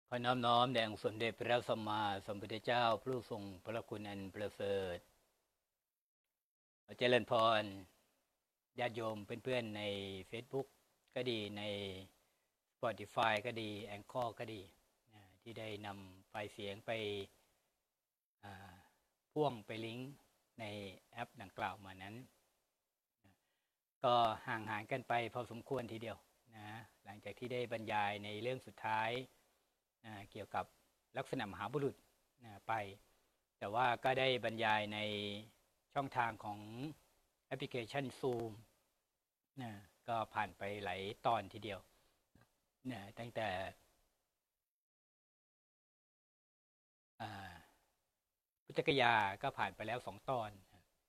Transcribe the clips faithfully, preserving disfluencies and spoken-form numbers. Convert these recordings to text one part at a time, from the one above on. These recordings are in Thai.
ขอน้อมน้อมแด่องค์สมเด็จพระสัมมาสัมพุทธเจ้าผู้ทรงพระคุณอันประเสริฐเจริญพรญาติโยมเพื่อนๆใน Facebook ก็ดีใน Spotify ก็ดี Anchor ก็ดีที่ได้นำไฟล์เสียงไปพ่วงไปลิงก์ในแอปดังกล่าวมานั้นก็ห่างหายกันไปพอสมควรทีเดียวนะหลังจากที่ได้บรรยายในเรื่องสุดท้ายเกี่ยวกับลักษณะมหาบุรุษไปแต่ว่าก็ได้บรรยายในช่องทางของแอปพลิเคชัน Zoom นะก็ผ่านไปหลายตอนทีเดียวนะตั้งแต่พุทธกยาก็ผ่านไปแล้วสองตอน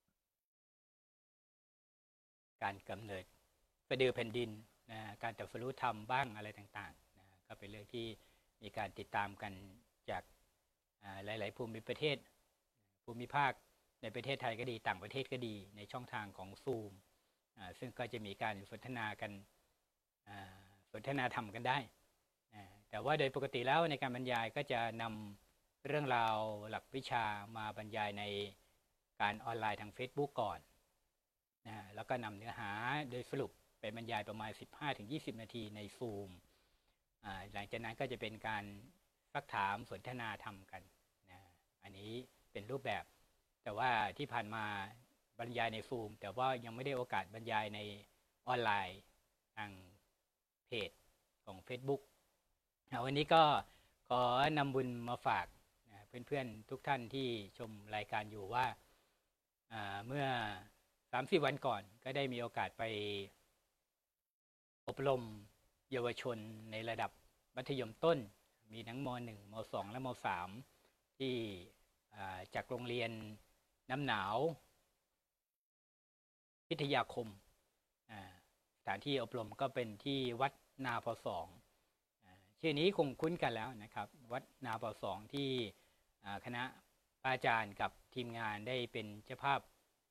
การกำเนิดสะดือแผ่นดินนะการตรัสรู้ธรรมบ้างอะไรต่างๆนะก็เป็นเรื่องที่มีการติดตามกันจากหลายๆภูมิประเทศภูมิภาคในประเทศไทยก็ดีต่างประเทศก็ดีในช่องทางของ Zoom ซึ่งก็จะมีการสนทนากันสนทนาธรรมกันได้แต่ว่าโดยปกติแล้วในการบรรยายก็จะนำเรื่องราวหลักวิชามาบรรยายในการออนไลน์ทาง Facebook ก่อนนะแล้วก็นำเนื้อหาโดยสรุปไปบรรยายประมาณ สิบห้าถึงยี่สิบ นาทีใน Zoom หลังจากนั้นก็จะเป็นการซักถามสนทนาธรรมกันนะอันนี้เป็นรูปแบบแต่ว่าที่ผ่านมาบรรยายใน Zoom แต่ว่ายังไม่ได้โอกาสบรรยายในออนไลน์ทางเพจของ Facebook วันนี้ก็ขอนำบุญมาฝากเพื่อนๆทุกท่านที่ชมรายการอยู่ว่าเมื่อ สามสิบ วันก่อนก็ได้มีโอกาสไปอบรมเยาวชนในระดับมัธยมต้นมีทั้งม หนึ่ง ม สอง และม สาม ที่จากโรงเรียนน้ำหนาวพิทยาคมสถานที่อบรมก็เป็นที่วัดนาพสองชื่อนี้คงคุ้นกันแล้วนะครับวัดนาพสองที่คณะอาจารย์กับทีมงานได้เป็นเจ้าภาพ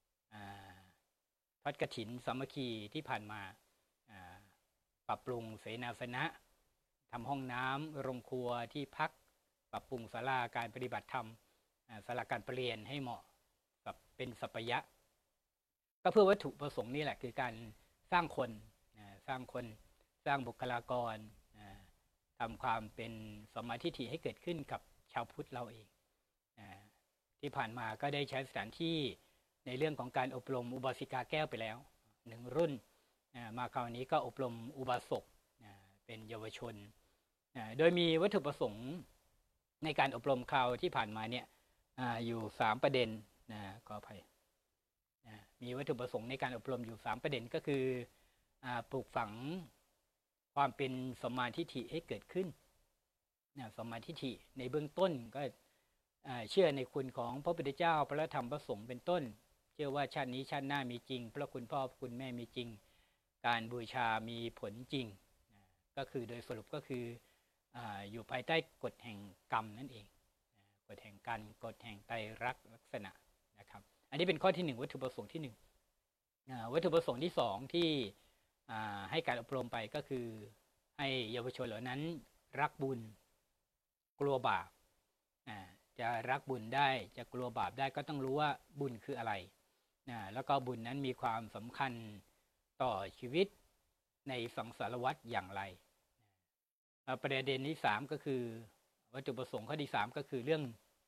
ทอดกฐินสามัคคีที่ผ่านมาปรับปรุงเสนาสนะทำห้องน้ำโรงครัวที่พักปรับปรุงศาลาการปฏิบัติธรรมศาลาการประเรียนให้เหมาะกับเป็นสัปยะก็เพื่อวัตถุประสงค์นี่แหละคือการสร้างคนสร้างคนสร้างบุคลากรทำความเป็นสัมมาทิฏฐิให้เกิดขึ้นกับชาวพุทธเราเองที่ผ่านมาก็ได้ใช้สถานที่ในเรื่องของการอบรมอุบาสิกาแก้วไปแล้วหนึ่งรุ่นมาคราวนี้ก็อบรมอุบาสกเป็นเยาวชนโดยมีวัตถุประสงค์ในการอบรมคราวที่ผ่านมาเนี่ยอยู่สามประเด็นนะขออภัยมีวัตถุประสงค์ในการอบรมอยู่สามประเด็นก็คือปลูกฝังความเป็นสัมมาทิฏฐิให้เกิดขึ้นสัมมาทิฏฐิในเบื้องต้นก็เชื่อในคุณของพระพุทธเจ้าพระธรรมพระสงฆ์เป็นต้นเชื่อว่าชาตินี้ชาติหน้ามีจริงพระคุณพ่อคุณแม่มีจริงการบูชามีผลจริงก็คือโดยสรุปก็คืออยู่ภายใต้กฎแห่งกรรมนั่นเองกฎแห่งกรรมกฎแห่งไตรลักษณ์ลักษณะนะครับอันนี้เป็นข้อที่หนึ่งวัตถุประสงค์ที่หนึ่งวัตถุประสงค์ที่สองที่ให้การอบรมไปก็คือให้เยาวชนเหล่านั้นรักบุญกลัวบาปจะรักบุญได้จะกลัวบาปได้ก็ต้องรู้ว่าบุญคืออะไรแล้วก็บุญนั้นมีความสำคัญต่อชีวิตในสังสารวัฏอย่างไรประเด็นที่สามก็คือวัตถุประสงค์ข้อที่สามก็คือเรื่อง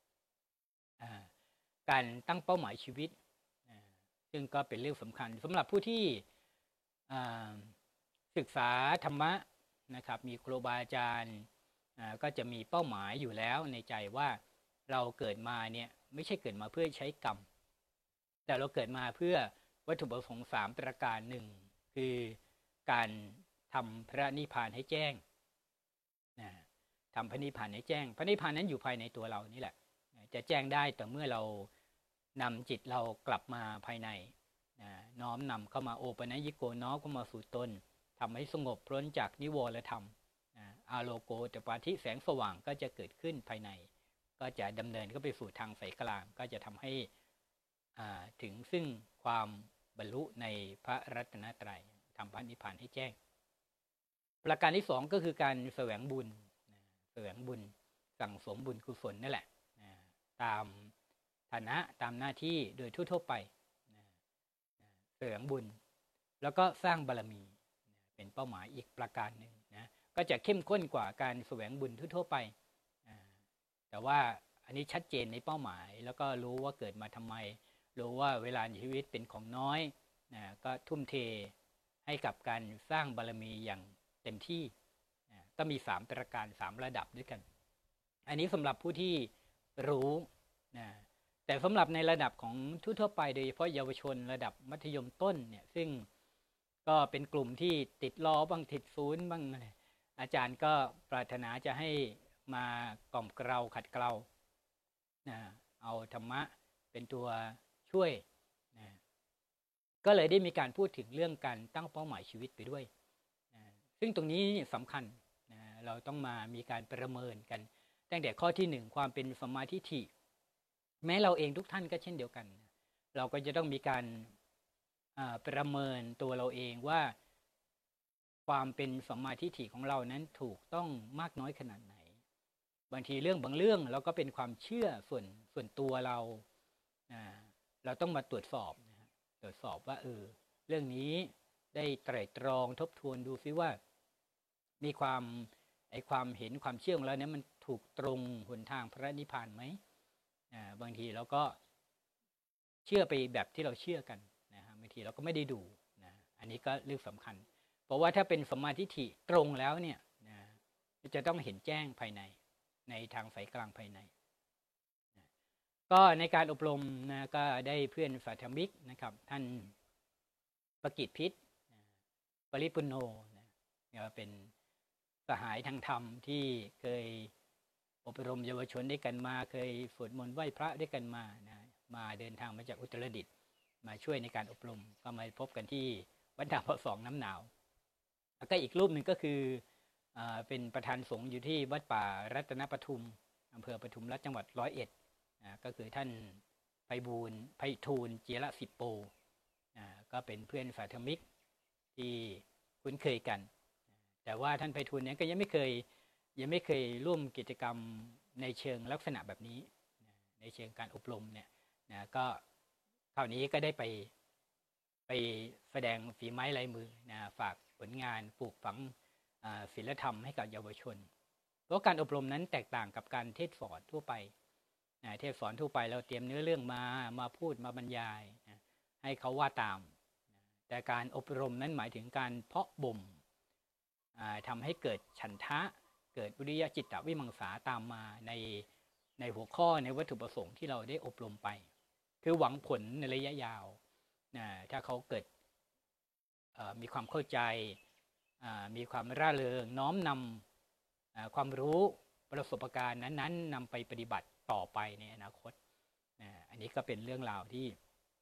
การตั้งเป้าหมายชีวิตซึ่งก็เป็นเรื่องสำคัญสำหรับผู้ที่ศึกษาธรรมะนะครับมีครูบาอาจารย์ก็จะมีเป้าหมายอยู่แล้วในใจว่าเราเกิดมาเนี่ยไม่ใช่เกิดมาเพื่อใช้กรรมแต่เราเกิดมาเพื่อวัตถุประสงค์สามประการหนึ่งคือการทำพระนิพพานให้แจ้งทำพระนิพพานให้แจ้งพระนิพพานนั้นอยู่ภายในตัวเรานี่แหละจะแจ้งได้แต่เมื่อเรานำจิตเรากลับมาภายในน้อมนำเข้ามาโอปัญญิโกน้อมเข้ามาสู่ตนทำให้สงบพ้นจากนิวรธรรมอาโลโกตปาธิแสงสว่างก็จะเกิดขึ้นภายในก็จะดำเนินเข้าไปสู่ทางสายกลางก็จะทำให้ถึงซึ่งความบรรลุในพระรัตนตรัยทำพระนิพพานให้แจ้งประการที่สองก็คือการแสวงบุญแสวงบุญสั่งสมบุญกุศลนั่นแหละตามฐานะตามหน้าที่โดยทั่วๆไปแสวงบุญแล้วก็สร้างบารมีเป็นเป้าหมายอีกประการหนึ่งนะก็จะเข้มข้นกว่าการแสวงบุญทั่วๆไปแต่ว่าอันนี้ชัดเจนในเป้าหมายแล้วก็รู้ว่าเกิดมาทำไมรู้ว่าเวลาชีวิตเป็นของน้อยนะก็ทุ่มเทให้กับการสร้างบารมีอย่างเต็มที่นะก็มีสามประการสามระดับด้วยกันอันนี้สำหรับผู้ที่รู้นะแต่สำหรับในระดับของทั่วๆไปโดยเฉพาะเยาวชนระดับมัธยมต้นเนี่ยซึ่งก็เป็นกลุ่มที่ติดล้อบ้างติดศูนย์บ้างอาจารย์ก็ปรารถนาจะให้มากล่อมเกลาขัดเกลานะเอาธรรมะเป็นตัวช่วยนะก็เลยได้มีการพูดถึงเรื่องการตั้งเป้าหมายชีวิตไปด้วยนะซึ่งตรงนี้สำคัญนะเราต้องมามีการประเมินกันตั้งแต่ข้อที่หนึ่งความเป็นสัมมาทิฏฐิแม้เราเองทุกท่านก็เช่นเดียวกันเราก็จะต้องมีการประเมินตัวเราเองว่าความเป็นสัมมาทิฏฐิของเรานั้นถูกต้องมากน้อยขนาดไหนบางทีเรื่องบางเรื่องเราก็เป็นความเชื่อส่วนส่วนตัวเราเราต้องมาตรวจสอบนะตรวจสอบว่าเออเรื่องนี้ได้ไตร่ตรองทบทวนดูซิว่ามีความไอความเห็นความเชื่อของเราเนี่ยมันถูกตรงหนทางพระนิพพานไหมบางทีเราก็เชื่อไปแบบที่เราเชื่อกันนะฮะบางทีเราก็ไม่ได้ดูนะอันนี้ก็เรื่องสำคัญเพราะว่าถ้าเป็นสัมมาทิฏฐิตรงแล้วเนี่ยนะจะต้องเห็นแจ้งภายในในทางสายกลางภายในนะก็ในการอบรมนะก็ได้เพื่อนสาธมิกนะครับท่านประกิตพิษนะปริปุณโญนะก็เป็นสหายทางธรรมที่เคยอบรมเยาวชนด้วยกันมาเคยสวดมนต์ไหว้พระด้วยกันมานะมาเดินทางมาจากอุตรดิตถ์มาช่วยในการอบรมก็มาพบกันที่วัดดาวพอสองน้ำหนาวแล้วก็อีกรูปหนึ่งก็คือเป็นประธานสงฆ์อยู่ที่วัดป่ารัตนปทุมอำเภอปทุมราชจังหวัดร้อยเอ็ดก็คือท่านไพบูลย์ไพฑูรย์เจียรสิปโปก็เป็นเพื่อนสาธมิกที่คุ้นเคยกันแต่ว่าท่านไพฑูรย์เนี่ยก็ยังไม่เคยยังไม่เคยร่วมกิจกรรมในเชิงลักษณะแบบนี้ในเชิงการอบรมเนี่ยนะก็คราวนี้ก็ได้ไปไปแสดงฝีไม้ลายมือนะฝากผลงานปลูกฝังศีลธรรมให้กับเยาวชนเพราะการอบรมนั้นแตกต่างกับการเทศสอนทั่วไปนะเทศสอนทั่วไปเราเตรียมเนื้อเรื่องมามาพูดมาบรรยายนะให้เขาว่าตามนะแต่การอบรมนั้นหมายถึงการเพาะบ่มทำให้เกิดฉันทะเกิดวิริยะจิตตวิมังสาตามมาในในหัวข้อในวัตถุประสงค์ที่เราได้อบรมไปคือหวังผลในระยะยาวนะถ้าเขาเกิดมีความเข้าใจมีความร่าเริงน้อมนำความรู้ประสบการณ์นั้นๆนำไปปฏิบัติต่อไปในอนาคตอันนี้ก็เป็นเรื่องราวที่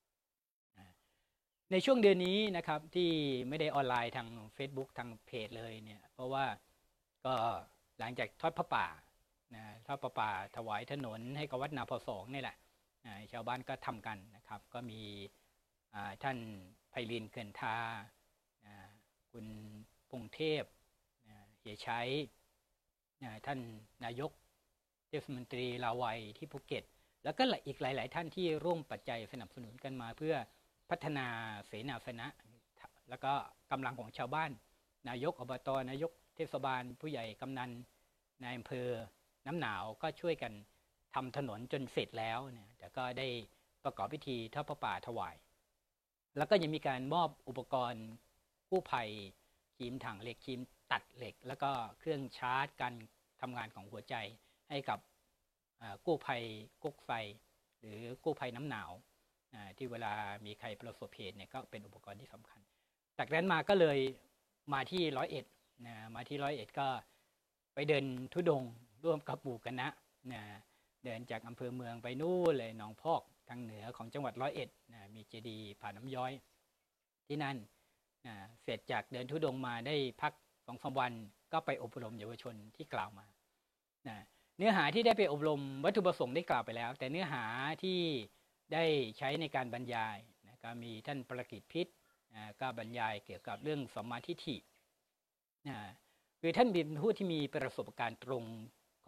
ในช่วงเดือนนี้นะครับที่ไม่ได้ออนไลน์ทาง Facebook ทางเพจเลยเนี่ยเพราะว่าก็หลังจากทอดพระป่านะทอดพระป่าถวายถนนให้กับวัดนาพอสองนี่แหละชาวบ้านก็ทำกันนะครับก็มีท่านไพลินเกินทาคุณพงเทพเฮียชัยท่านนายกเทศมนตรีลาวัยที่ภูเก็ตแล้วก็อีกหลายๆท่านที่ร่วมปัจจัยสนับสนุนกันมาเพื่อพัฒนาเสนาสนะแล้วก็กำลังของชาวบ้านนายกอบต.นายกเทศบาลผู้ใหญ่กำนันนายอำเภอน้ำหนาวก็ช่วยกันทำถนนจนเสร็จแล้วเนี่ยแต่ก็ได้ประกอบพิธีทอดพระป่าถวายแล้วก็ยังมีการมอบอุปกรณ์กู้ภัยครีมถังเหล็กครีมตัดเหล็กแล้วก็เครื่องชาร์จการทำงานของหัวใจให้กับกู้ภัยกุ๊กไฟหรือกู้ภัยน้ำหนาวที่เวลามีใครประสบเหตุเนี่ยก็เป็นอุปกรณ์ที่สำคัญจากนั้นมาก็เลยมาที่ร้อยเอ็ดนะมาที่ร้อยเอ็ดก็ไปเดินธุดงค์ร่วมกับหมู่คณะนะเดินจากอำเภอเมืองไปนู่นเลยหนองพอกทางเหนือของจังหวัดร้อยเอ็ดนะมีเจดีย์ผาน้ำย้อยที่นั่นนะเสร็จจากเดินธุดงค์มาได้พักสองสามวันก็ไปอบรมเยาวชนที่กล่าวมานะเนื้อหาที่ได้ไปอบรมวัตถุประสงค์ได้กล่าวไปแล้วแต่เนื้อหาที่ได้ใช้ในการบรรยายนะก็มีท่านประกิตพิษนะก็บรรยายเกี่ยวกับเรื่องสัมมาทิฏฐินะคือท่านเป็นผู้ที่มีประสบการณ์ตรง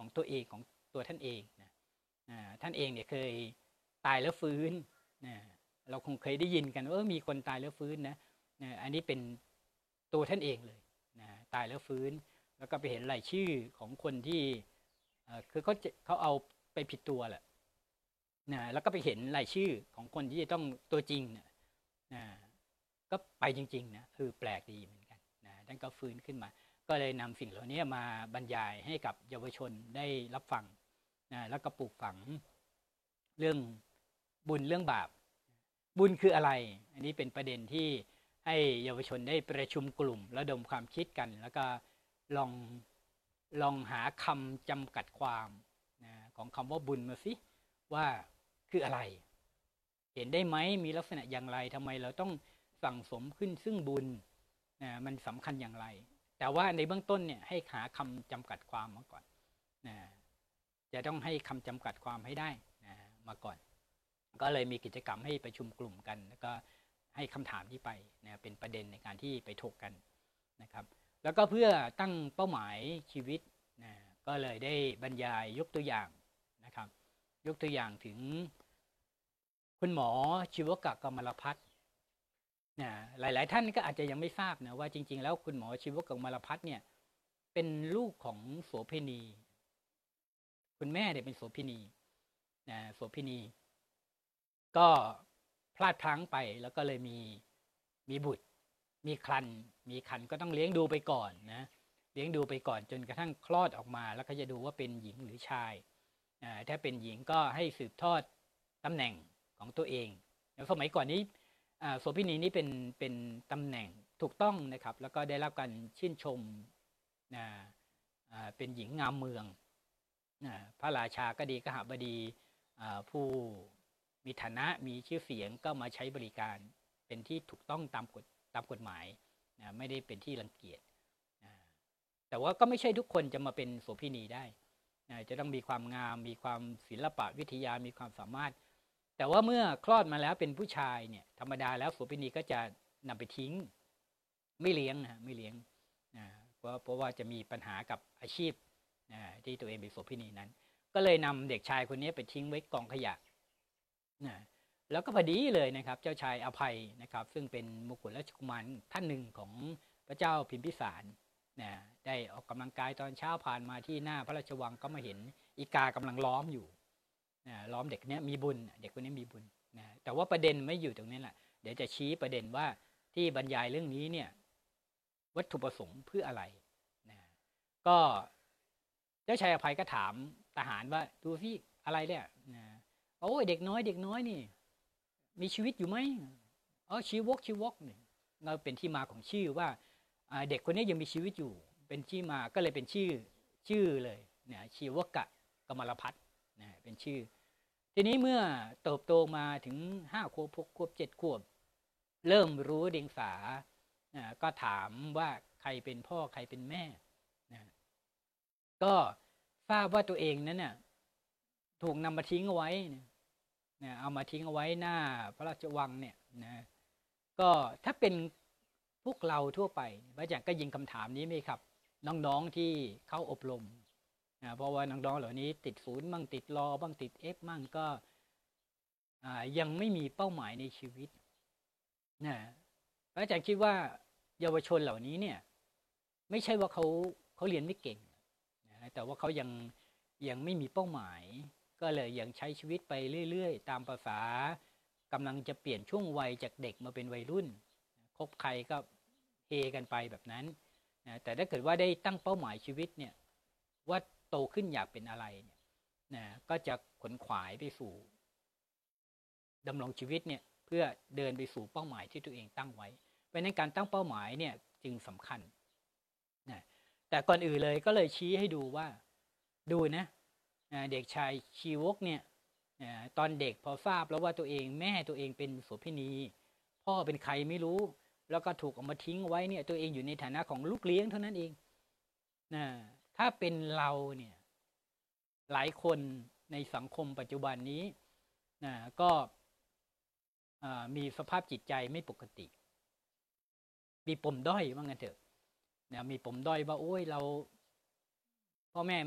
ของตัวเองของตัวท่านเองนะท่านเองเนี่ยเคยตายแล้วฟื้นนะเราคงเคยได้ยินกันว่ามีคนตายแล้วฟื้นนะนะอันนี้เป็นตัวท่านเองเลยนะตายแล้วฟื้นแล้วก็ไปเห็นรายชื่อของคนที่คือเขาเขาเอาไปผิดตัวแหละนะแล้วก็ไปเห็นรายชื่อของคนที่จะต้องตัวจริงนะนะก็ไปจริงๆนะคือแปลกดีเหมือนกันนะท่านก็ฟื้นขึ้นมาก็เลยนำสิ่งเหล่านี้มาบรรยายให้กับเยาวชนได้รับฟังนะแล้วก็ปลูกฝังเรื่องบุญเรื่องบาปบุญคืออะไรอันนี้เป็นประเด็นที่ให้เยาวชนได้ประชุมกลุ่มระดมความคิดกันแล้วก็ลองลองหาคำจำกัดความนะของคำว่าบุญมาสิว่าคืออะไรเห็นได้ไหมมีลักษณะอย่างไรทำไมเราต้องสั่งสมขึ้นซึ่งบุญนะมันสำคัญอย่างไรแต่ว่าในเบื้องต้นเนี่ยให้หาคำจำกัดความมาก่อนนะจะต้องให้คำจำกัดความให้ได้นะมาก่อนก็เลยมีกิจกรรมให้ประชุมกลุ่มกันแล้วก็ให้คำถามที่ไปนะเป็นประเด็นในการที่ไปถกกันนะครับแล้วก็เพื่อตั้งเป้าหมายชีวิตนะก็เลยได้บรรยายยกตัวอย่างนะครับยกตัวอย่างถึงคุณหมอชีวกกมลพัฒน์นะหลายๆท่านก็อาจจะยังไม่ทราบนะว่าจริงๆแล้วคุณหมอชีวกกมลพัฒน์เนี่ยเป็นลูกของโสเภณีคุณแม่เนี่ยเป็นโสเภณีนะโสเภณีก็พลาดพลั้งไปแล้วก็เลยมีมีบุตรมีครรภ์มีครรภ์ก็ต้องเลี้ยงดูไปก่อนนะเลี้ยงดูไปก่อนจนกระทั่งคลอดออกมาแล้วก็จะดูว่าเป็นหญิงหรือชายถ้าเป็นหญิงก็ให้สืบทอดตำแหน่งของตัวเองสมัยก่อนนี้โสเภณีนี้เป็นเป็นตำแหน่งถูกต้องนะครับแล้วก็ได้รับการชื่นชมนะเป็นหญิงงามเมืองพระราชาก็ดีกหบดีผู้มีฐานะมีชื่อเสียงก็มาใช้บริการเป็นที่ถูกต้องตามกฎตามกฎหมายนะไม่ได้เป็นที่รังเกียจนะแต่ว่าก็ไม่ใช่ทุกคนจะมาเป็นโสเภณีได้นะจะต้องมีความงามมีความศิลปะวิทยามีความสามารถแต่ว่าเมื่อคลอดมาแล้วเป็นผู้ชายเนี่ยธรรมดาแล้วโสเภณีก็จะนำไปทิ้งไม่เลี้ยงนะไม่เลี้ยงนะเพราะเพราะว่าจะมีปัญหากับอาชีพนะที่ตัวเองเป็นโสเภณีนั้นก็เลยนำเด็กชายคนนี้ไปทิ้งไว้กองขยะนะแล้วก็พอดีเลยนะครับเจ้าชายอภัยนะครับซึ่งเป็นมกุฎราชกุมารท่านหนึ่งของพระเจ้าพิมพิสารนะได้ออกกำลังกายตอนเช้าผ่านมาที่หน้าพระราชวังก็มาเห็นอีกากำลังล้อมอยู่นะล้อมเด็กเนี้ยมีบุญเด็กคนนี้มีบุญนะแต่ว่าประเด็นไม่อยู่ตรงนี้แหละเดี๋ยวจะชี้ประเด็นว่าที่บรรยายเรื่องนี้เนี่ยวัตถุประสงค์เพื่ออะไรนะก็เจ้าชายอภัยก็ถามทหารว่าดูสิอะไรเนี่ยนะโอ้ยเด็กน้อยเด็กน้อยนี่มีชีวิตอยู่ไหมอ๋อชีวกชีวกเนี่ยเราเป็นที่มาของชื่อว่าเด็กคนนี้ยังมีชีวิตอยู่เป็นที่มาก็เลยเป็นชื่อชื่อเลยเนี่ยชีวกะกมลพัฒน์นะเป็นชื่อทีนี้เมื่อเติบโตมาถึงห้าขวบหกขวบเจ็ดขวบเริ่มรู้เดียงสาก็ถามว่าใครเป็นพ่อใครเป็นแม่นะก็ทราบว่าตัวเองนั้นน่ะถูกนำมาทิ้งเอาไว้นะเอามาทิ้งเอาไว้หน้าพระราชวังเนี่ยนะก็ถ้าเป็นพวกเราทั่วไปพระอาจารย์ก็ยิงคำถามนี้ไหมครับน้องๆที่เข้าอบรมนะเพราะว่าน้องๆเหล่านี้ติดศูนย์บ้างติดรอบ้างติดเอฟบ้างก็ยังไม่มีเป้าหมายในชีวิตนะพระอาจารย์คิดว่าเยาวชนเหล่านี้เนี่ยไม่ใช่ว่าเขาเขาเรียนไม่เก่งนะแต่ว่าเขายังยังไม่มีเป้าหมายก็เลยยังใช้ชีวิตไปเรื่อยๆตามภาษากำลังจะเปลี่ยนช่วงวัยจากเด็กมาเป็นวัยรุ่นคบใครก็เฮกันไปแบบนั้นนะแต่ถ้าเกิดว่าได้ตั้งเป้าหมายชีวิตเนี่ยว่าโตขึ้นอยากเป็นอะไรเนี่ยนะก็จะขนขวายไปสู่ดำรงชีวิตเนี่ยเพื่อเดินไปสู่เป้าหมายที่ตัวเองตั้งไว้เพราะฉะนั้นการตั้งเป้าหมายเนี่ยจึงสำคัญนะแต่ก่อนอื่นเลยก็เลยชี้ให้ดูว่าดูนะเด็กชายชีวกเนี่ยตอนเด็กพอทราบแล้วว่าตัวเองแม่ตัวเองเป็นโสเภณีพ่อเป็นใครไม่รู้แล้วก็ถูกเอามาทิ้งไว้เนี่ยตัวเองอยู่ในฐานะของลูกเลี้ยงเท่านั้นเองนะถ้าเป็นเราเนี่ยหลายคนในสังคมปัจจุบันนี้นะก็มีสภาพจิตใจไม่ปกติมีปมด้อยว่างั้นเถอะนะมีปมด้อยว่าโอ้ยเราพ่อแม่มา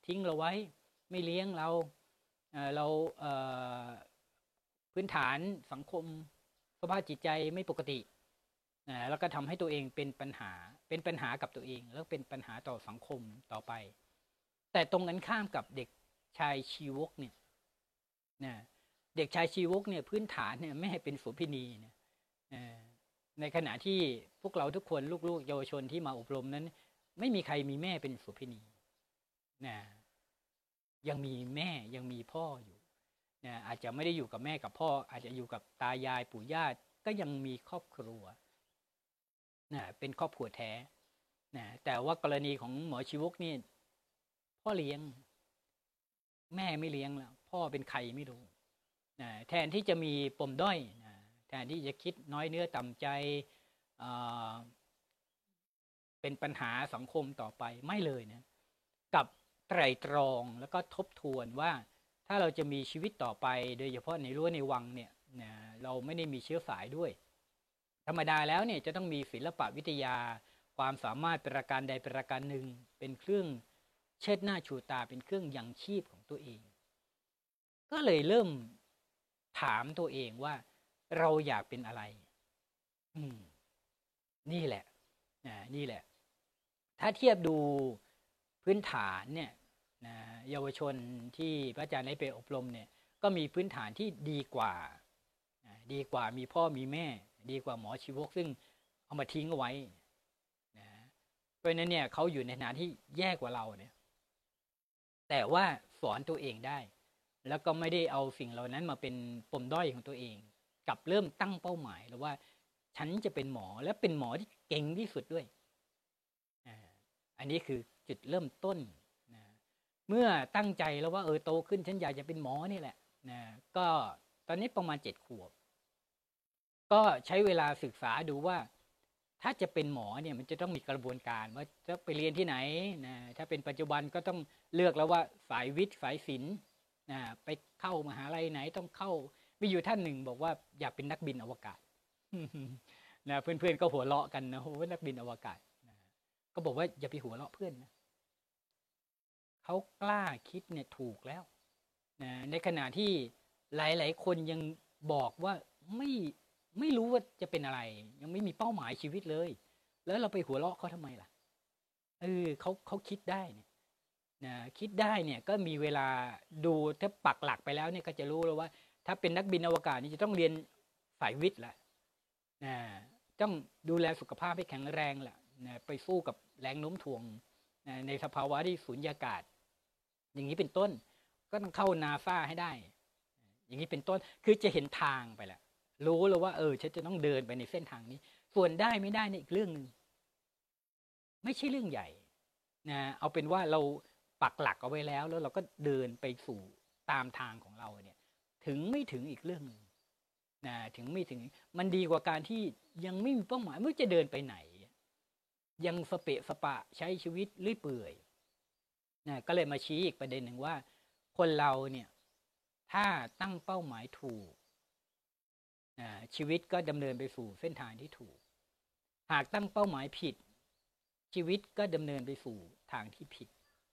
ทิ้งเราไว้ไม่เลี้ยงเราเอ่อเราเอ่อพื้นฐานสังคมสภาพจิตใจไม่ปกตินะแล้วก็ทำให้ตัวเองเป็นปัญหาเป็นปัญหากับตัวเองแล้วเป็นปัญหาต่อสังคมต่อไปแต่ตรงกันข้ามกับเด็กชายชีวกเนี่ยนะเด็กชายชีวกเนี่ยพื้นฐานเนี่ยไม่ให้เป็นโสเภณีนะในขณะที่พวกเราทุกคนลูกๆเยาวชนที่มาอบรมนั้นไม่มีใครมีแม่เป็นโสเภณีนะยังมีแม่ยังมีพ่ออยู่นะอาจจะไม่ได้อยู่กับแม่กับพ่ออาจจะอยู่กับตายายปู่ย่าก็ยังมีครอบครัวนะเป็นครอบครัวแท้นะแต่ว่ากรณีของหมอชีวกนี่พ่อเลี้ยงแม่ไม่เลี้ยงแล้วพ่อเป็นใครไม่รู้นะแทนที่จะมีปมด้อยนะแทนที่จะคิดน้อยเนื้อต่ำใจเอ่อเป็นปัญหาสังคมต่อไปไม่เลยนะกับไตร่ตรองแล้วก็ทบทวนว่าถ้าเราจะมีชีวิตต่อไปโดยเฉพาะในรั้วในวังเนี่ยนะเราไม่ได้มีเชื้อสายด้วยธรรมดาแล้วเนี่ยจะต้องมีศิลปวิทยาความสามารถประการใดประการหนึ่งเป็นเครื่องเชิดหน้าชูตาเป็นเครื่องยังชีพของตัวเองก็เลยเริ่มถามตัวเองว่าเราอยากเป็นอะไรอืมนี่แหละนะนี่แหละถ้าเทียบดูพื้นฐานเนี่ยนะเยาวชนที่พระอาจารย์ได้ไปอบรมเนี่ยก็มีพื้นฐานที่ดีกว่านะดีกว่ามีพ่อมีแม่ดีกว่าหมอชีวกซึ่งเอามาทิ้งเอาไว้นะเพราะนั้นเนี่ยเขาอยู่ในฐานะที่แย่กว่าเราเนี่ยแต่ว่าสอนตัวเองได้แล้วก็ไม่ได้เอาสิ่งเหล่านั้นมาเป็นปมด้อยของตัวเองกลับเริ่มตั้งเป้าหมายแล้วว่าฉันจะเป็นหมอและเป็นหมอที่เก่งที่สุดด้วยอันนี้คือจุดเริ่มต้นนะเมื่อตั้งใจแล้วว่าเออโตขึ้นฉันอยากจะเป็นหมอนี่แหละนะก็ตอนนี้ประมาณเจ็ดขวบก็ใช้เวลาศึกษาดูว่าถ้าจะเป็นหมอเนี่ยมันจะต้องมีกระบวนการว่าจะไปเรียนที่ไหนนะถ้าเป็นปัจจุบันก็ต้องเลือกแล้วว่าสายวิทย์สายศิลป์นะไปเข้ามหาลัยไหนต้องเข้ามีอยู่ท่านหนึ่งบอกว่าอยากเป็นนักบินอวกาศนะเพื่อนๆก็หัวเราะกันนะโอ้นักบินอวกาศนะก็บอกว่าอย่าไปหัวเราะเพื่อนนะเขากล้าคิดเนี่ยถูกแล้วนะในขณะที่หลายๆคนยังบอกว่าไม่ไม่รู้ว่าจะเป็นอะไรยังไม่มีเป้าหมายชีวิตเลยแล้วเราไปหัวเราะเขาทำไมล่ะเออเขาเขาคิดได้เนี่ยนะคิดได้เนี่ยก็มีเวลาดูถ้าปักหลักไปแล้วเนี่ยก็จะรู้แล้วว่าถ้าเป็นนักบินอวกาศนี่จะต้องเรียนสายวิทย์แหละนะต้องดูแลสุขภาพให้แข็งแรงแหละนะไปสู้กับแรงโน้มถ่วงนะในสภาวะที่สูญญากาศอย่างนี้เป็นต้นก็ต้องเข้านาซาให้ได้อย่างนี้เป็นต้นคือจะเห็นทางไปแหละรู้แล้วว่าเออฉันจะต้องเดินไปในเส้นทางนี้ส่วนได้ไม่ได้ในอีกเรื่องนึงไม่ใช่เรื่องใหญ่นะเอาเป็นว่าเราปักหลักเอาไว้แล้วแล้วเราก็เดินไปสู่ตามทางของเราเนี่ยถึงไม่ถึงอีกเรื่องนึงนะถึงไม่ถึงมันดีกว่าการที่ยังไม่มีเป้าหมายไม่รู้จะเดินไปไหนยังสเปะสปะใช้ชีวิตเรื่อยเปื่อยนะก็เลยมาชี้อีกประเด็นหนึ่งว่าคนเราเนี่ยถ้าตั้งเป้าหมายถูกชีวิตก็ดำเนินไปสู่เส้นทางที่ถูกหากตั้งเป้าหมายผิดชีวิตก็ดำเนินไปสู่ทางที่ผิด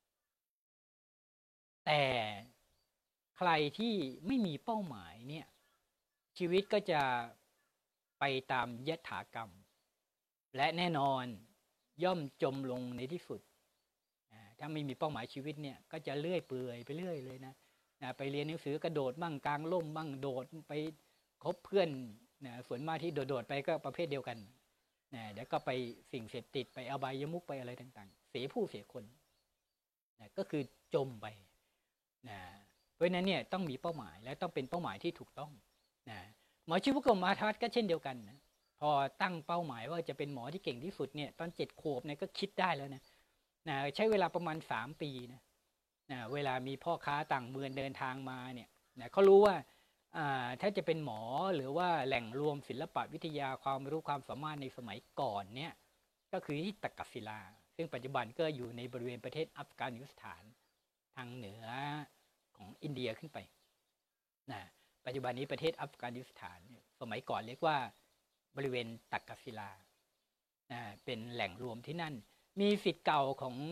แต่ใครที่ไม่มีเป้าหมายเนี่ยชีวิตก็จะไปตามยถากรรมและแน่นอนย่อมจมลงในที่สุดถ้าไม่มีเป้าหมายชีวิตเนี่ยก็จะเลื่อยเปื่อยไปเรื่อยเลยนะไปเรียนหนังสือกระโดดบ้างกลางร่มบ้างโดดไปคบเพื่อนนะส่วนมากที่โดดๆไปก็ประเภทเดียวกันนะเดี๋ยวก็ไปสิ่งเสพติดไปอบายมุขไปอะไรต่างๆเสียผู้เสียคนนะก็คือจมไปนะเพราะนั้นเนี่ยต้องมีเป้าหมายและต้องเป็นเป้าหมายที่ถูกต้องนะหมอชีวกรมมาทัศน์ก็เช่นเดียวกันนะพอตั้งเป้าหมายว่าจะเป็นหมอที่เก่งที่สุดเนี่ยตอนเจ็ดขวบเนี่ยก็คิดได้แล้วนะนะใช้เวลาประมาณสามปีนะนะเวลามีพ่อค้าต่างเมืองเดินทางมาเนี่ยนะเขารู้ว่าถ้าจะเป็นหมอหรือว่าแหล่งรวมศิลปวิทยาความรู้ความสามารถในสมัยก่อนเนี่ยก็คือที่ตักกศิลาซึ่งปัจจุบันก็อยู่ในบริเวณประเทศอัฟกานิสถานทางเหนือของอินเดียขึ้นไปนะปัจจุบันนี้ประเทศอัฟกานิสถานสมัยก่อนเรียกว่าบริเวณตักกศิลานะเป็นแหล่งรวมที่นั่นมีศิษย์เก่าของ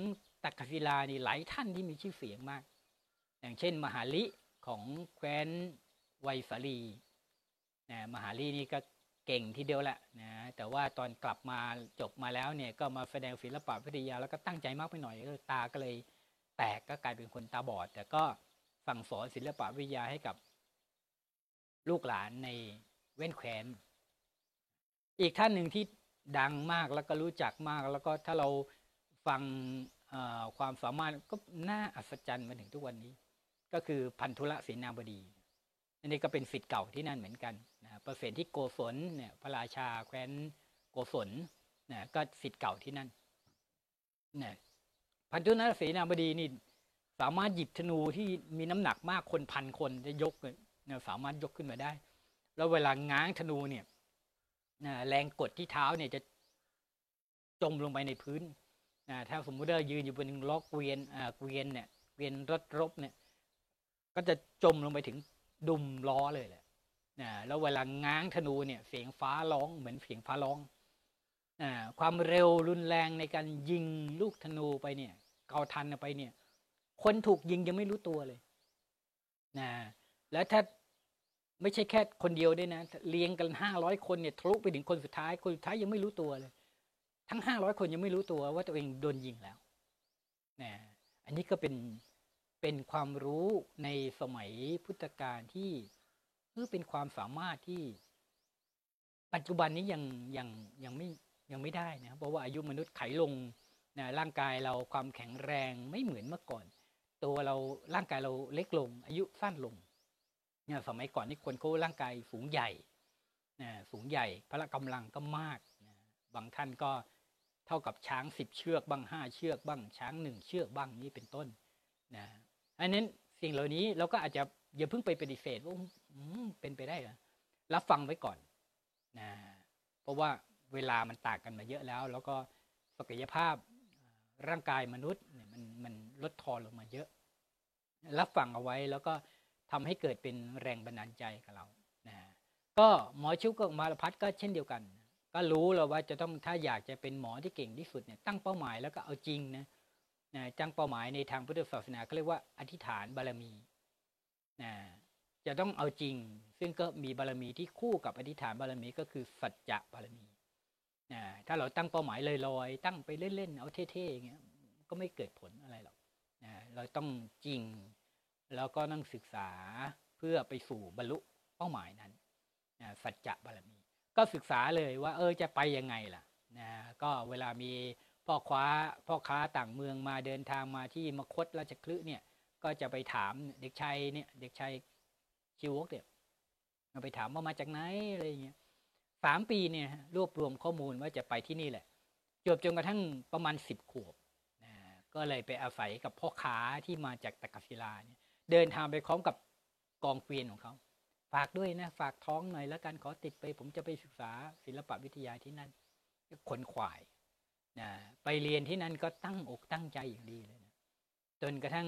ตักกศิลานี่หลายท่านที่มีชื่อเสียงมากอย่างเช่นมหาลิของแคว้นไวสาลีนะมหาลินี่ก็เก่งทีเดียวแหละนะแต่ว่าตอนกลับมาจบมาแล้วเนี่ยก็มาแสดงศิลปะวิทยาแล้วก็ตั้งใจมากไปหน่อยเออตาก็เลยแตกก็กลายเป็นคนตาบอดแต่ก็สั่งสอนศิลปะวิทยาให้กับลูกหลานในเว้นแคว้นอีกท่านหนึ่งที่ดังมากแล้วก็รู้จักมากแล้วก็ถ้าเราฟังความสามารถก็น่าอัศจรรย์มาถึงทุกวันนี้ก็คือพันธุละเสนาบดีอันนี้ก็เป็นศิษย์เก่าที่นั่นเหมือนกันนะเปอร์เซ็นต์ที่โกศลเนี่ยพระราชาแคว้นโกศลนะก็ศิษย์เก่าที่นั่นนะพันธุละเสนาบดีนี่สามารถหยิบธนูที่มีน้ำหนักมากคนพันคนจะยกเนี่ยสามารถยกขึ้นมาได้แล้วเวลาง้างธนูเนี่ยแรงกดที่เท้าเนี่ยจะจมลงไปในพื้นถ้าสมมุติว่ายืนอยู่บนล็อกเกวียนเกวียนเนี่ยเกวียนรถรบเนี่ยก็จะจมลงไปถึงดุมล้อเลยแหละแล้วเวลาง้างธนูเนี่ยเสียงฟ้าร้องเหมือนเสียงฟ้าร้องความเร็วรุนแรงในการยิงลูกธนูไปเนี่ยเกาทันไปเนี่ยคนถูกยิงยังไม่รู้ตัวเลยนะแล้วถ้าไม่ใช่แค่คนเดียวด้วยนะเลี้ยงกันห้าร้อยคนเนี่ยทะลุไปถึงคนสุดท้ายคนสุดท้ายยังไม่รู้ตัวเลยทั้งห้าร้อยคนยังไม่รู้ตัวว่าตัวเองโดนยิงแล้วนะอันนี้ก็เป็นเป็นความรู้ในสมัยพุทธกาลที่คือเป็นความสามารถที่ปัจจุบันนี้ยังยังยังไม่ยังไม่ได้นะเพราะว่าอายุมนุษย์ไขลงนะร่างกายเราความแข็งแรงไม่เหมือนเมื่อก่อนตัวเราร่างกายเราเล็กลงอายุสั้นลงเนี่ยสมัยก่อนนี่คนเขาร่างกายสูงใหญ่นะสูงใหญ่พละกำลังก็มากนะบางท่านก็เท่ากับช้างสิบเชือกบ้างห้าเชือกบ้างช้างหนึ่งเชือกบ้างนี้เป็นต้นนะอันนั้นสิ่งเหล่านี้เราก็อาจจะอย่าเพิ่งไปปฏิเสธว่าเป็นไปได้เหรอรับฟังไว้ก่อนนะเพราะว่าเวลามันต่างกันมาเยอะแล้วแล้วก็ศักยภาพร่างกายมนุษย์เนี่ยมันมันลดทอนลงมาเยอะรับฟังเอาไว้แล้วก็ทำให้เกิดเป็นแรงบันดาลใจกับเรานะก็หมอชุกกับมารพัฒน์ก็เช่นเดียวกันก็รู้แล้วว่าจะต้องถ้าอยากจะเป็นหมอที่เก่งที่สุดเนี่ยตั้งเป้าหมายแล้วก็เอาจริงนะนะตั้งเป้าหมายในทางพุทธศาสนาเขาเรียกว่าอธิษฐานบารมีนะจะต้องเอาจริงซึ่งก็มีบารมีที่คู่กับอธิษฐานบารมีก็คือสัจจะบารมีนะถ้าเราตั้งเป้าหมายลอยๆตั้งไปเล่นๆเอาเท่ๆอย่างเงี้ยก็ไม่เกิดผลอะไรหรอกนะเราต้องจริงแล้วก็ต้องศึกษาเพื่อไปสู่บรรลุเป้าหมายนั้นนะสัจจะบารมีก็ศึกษาเลยว่าเออจะไปยังไงล่ะนะก็เวลามีพ่อค้าพ่อค้าต่างเมืองมาเดินทางมาที่มคธราชคฤห์เนี่ยก็จะไปถามเด็กชายเนี่ยเด็กชายชีวกเนี่ยไปถามว่ามาจากไหนอะไรอย่างเงี้ยสามปีเนี่ยรวบรวมข้อมูลว่าจะไปที่นี่แหละจบจนกระทั่งประมาณสิบขวบนะก็เลยไปอาศัยกับพ่อค้าที่มาจากตักกศิลาเนี่ยเดินทางไปพร้อมกับกองเกวียนของเขาฝากด้วยนะฝากท้องหน่อยแล้วกันขอติดไปผมจะไปศึกษาศิลปวิทยาที่นั่นขนขวายนะไปเรียนที่นั่นก็ตั้งอกตั้งใจอย่างดีเลยนะจนกระทั่ง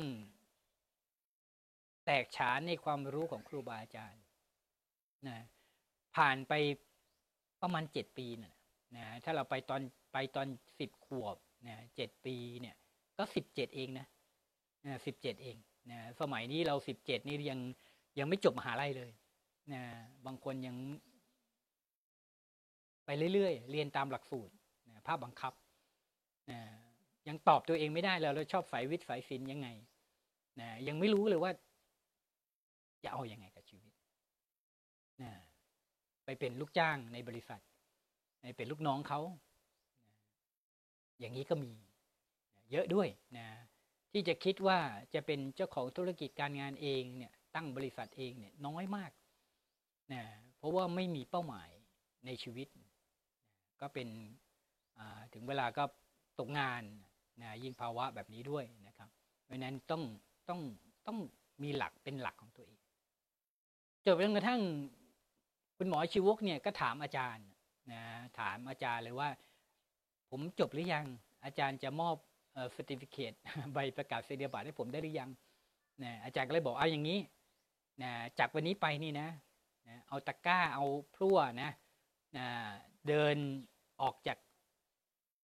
แตกฉานในความรู้ของครูบาอาจารย์นะผ่านไปประมาณเจ็ดปีนะนะถ้าเราไปตอนไปตอนสิบขวบนะเจ็ดปีเนี่ยก็สิบเจ็ดเองนะนะสิบเจ็ดเองนะสมัยนี้เราสิบเจ็ดนี่ยังยังไม่จบมหาลัยเลยนะบางคนยังไปเรื่อยๆเรียนตามหลักสูตรนะภาคบังคับนะยังตอบตัวเองไม่ได้แล้วเราชอบสายวิทย์สายศิลป์ยังไงนะยังไม่รู้เลยว่าจะเอายังไงกับชีวิตนะไปเป็นลูกจ้างในบริษัทเป็นลูกน้องเขาอย่างนี้ก็มีเยอะด้วยนะที่จะคิดว่าจะเป็นเจ้าของธุรกิจการงานเองเนี่ยตั้งบริษัทเองเนี่ยน้อยมากนะเพราะว่าไม่มีเป้าหมายในชีวิตก็เป็นถึงเวลาก็ตกงานนะยิ่งภาวะแบบนี้ด้วยนะครับเพราะนั้นต้องต้องต้องมีหลักเป็นหลักของตัวเองจนกระทั่งคุณหมอชีวกเนี่ยก็ถามอาจารย์นะถามอาจารย์เลยว่าผมจบหรือยังอาจารย์จะมอบเอ่อ certificate ใบประกาศนียบัตรให้ผมได้หรือยังนะอาจารย์ก็เลยบอกเอาอย่างนี้นะจากวันนี้ไปนี่นะนะเอาตะกร้าเอาพลั่วนะนะเดินออกจาก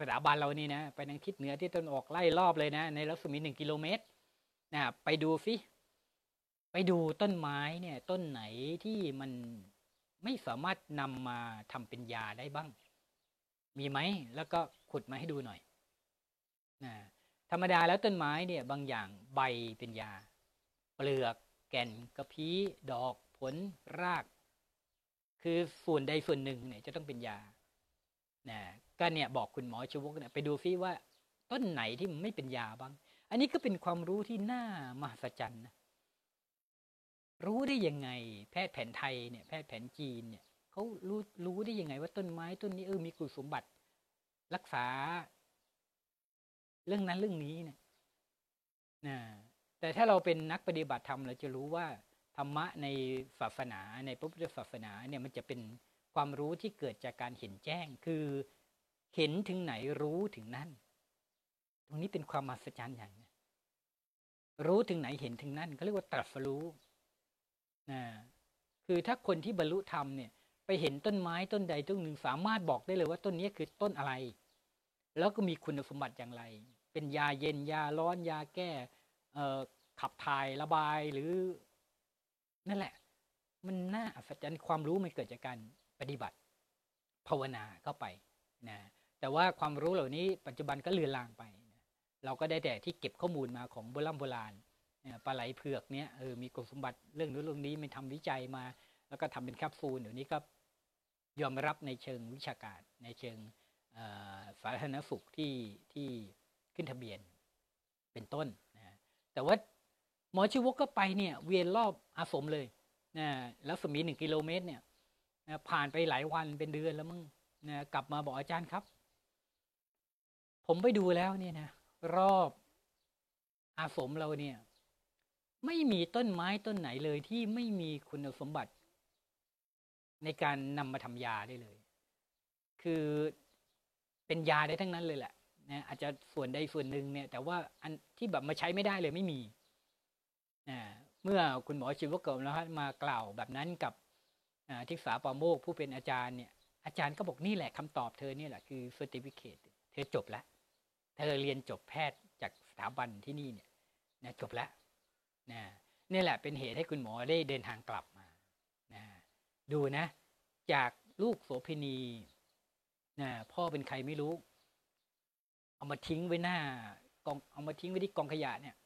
สถาบันเรานี่นะไปทางทิศเหนือที่ตะวันออกไล่รอบเลยนะในรัศมีหนึ่งกิโลเมตรนะไปดูสิไปดูต้นไม้เนี่ยต้นไหนที่มันไม่สามารถนำมาทำเป็นยาได้บ้างมีไหมแล้วก็ขุดมาให้ดูหน่อยนะธรรมดาแล้วต้นไม้เนี่ยบางอย่างใบเป็นยาเปลือกแก่นกระพี้ดอกผลรากคือส่วนใดส่วนหนึ่งเนี่ยจะต้องเป็นยานะก็เนี่ยบอกคุณหมอชีวกเนี่ยไปดูซิว่าต้นไหนที่มันไม่เป็นยาบ้างอันนี้ก็เป็นความรู้ที่น่ามหัศจรรย์นะรู้ได้ยังไงแพทย์แผนไทยเนี่ยแพทย์แผนจีนเนี่ยเขารู้รู้ได้ยังไงว่าต้นไม้ต้นนี้เออมีคุณสมบัติรักษาเรื่องนั้นเรื่องนี้เนี่ยนะแต่ถ้าเราเป็นนักปฏิบัติธรรมเราจะรู้ว่าธรรมะในศาสนาในพระพุทธศาสนาเนี่ยมันจะเป็นความรู้ที่เกิดจากการเห็นแจ้งคือเห็นถึงไหนรู้ถึงนั่นตรงนี้เป็นความมหัศจรรย์อย่างนี้รู้ถึงไหนเห็นถึงนั่นเขาเรียกว่าตรัสรู้นะคือถ้าคนที่บรรลุธรรมเนี่ยไปเห็นต้นไม้ต้นใดต้นหนึ่งสามารถบอกได้เลยว่าต้นนี้คือต้นอะไรแล้วก็มีคุณสมบัติอย่างไรเป็นยาเย็นยาร้อนยาแก้ขับถ่ายระบายหรือนั่นแหละมันน่าอัศจรรย์ความรู้มันเกิดจากการปฏิบัติภาวนาเข้าไปนะแต่ว่าความรู้เหล่านี้ปัจจุบันก็เลือนลางไปนะเราก็ได้แต่ที่เก็บข้อมูลมาของโบราณโบราณนะปลาไหลเผือกเนี้ยเออมีคุณสมบัติเรื่องนู้นเรื่องนี้มันทำวิจัยมาแล้วก็ทำเป็นแคปซูลเดี๋ยวนี้ก็ยอมรับในเชิงวิชาการในเชิงสาธารณสุขที่ที่ขึ้นทะเบียนเป็นต้นนะแต่ว่าหมอชีวกก็ไปเนี่ยเวียนรอบอาสมเลยนะแล้วสมีหนึ่งกิโลเมตรเนี่ยนะผ่านไปหลายวันเป็นเดือนแล้วมึงนะกลับมาบอกอาจารย์ครับผมไปดูแล้วเนี่ยนะรอบอาสมเราเนี่ยไม่มีต้นไม้ต้นไหนเลยที่ไม่มีคุณสมบัติในการนำมาทำยาได้เลยคือเป็นยาได้ทั้งนั้นเลยแหละนะอาจจะส่วนใดส่วนหนึ่งเนี่ยแต่ว่าอันที่แบบมาใช้ไม่ได้เลยไม่มีนะเมื่อคุณหมอชีวกรแล้วมากล่าวแบบนั้นกับทิศาปาโมกผู้เป็นอาจารย์เนี่ยอาจารย์ก็บอกนี่แหละคำตอบเธอนี่แหละคือเซอร์ติฟิเคตเธอจบแล้วเธอเรียนจบแพทย์จากสถาบันที่นี่เนี่ยนะจบแล้วนะนี่แหละเป็นเหตุให้คุณหมอได้เดินทางกลับมานะดูนะจากลูกโสเภณีนะพ่อเป็นใครไม่รู้เอามาทิ้งไว้หน้ากองเอามาทิ้งไว้ที่กองขยะเนี่ย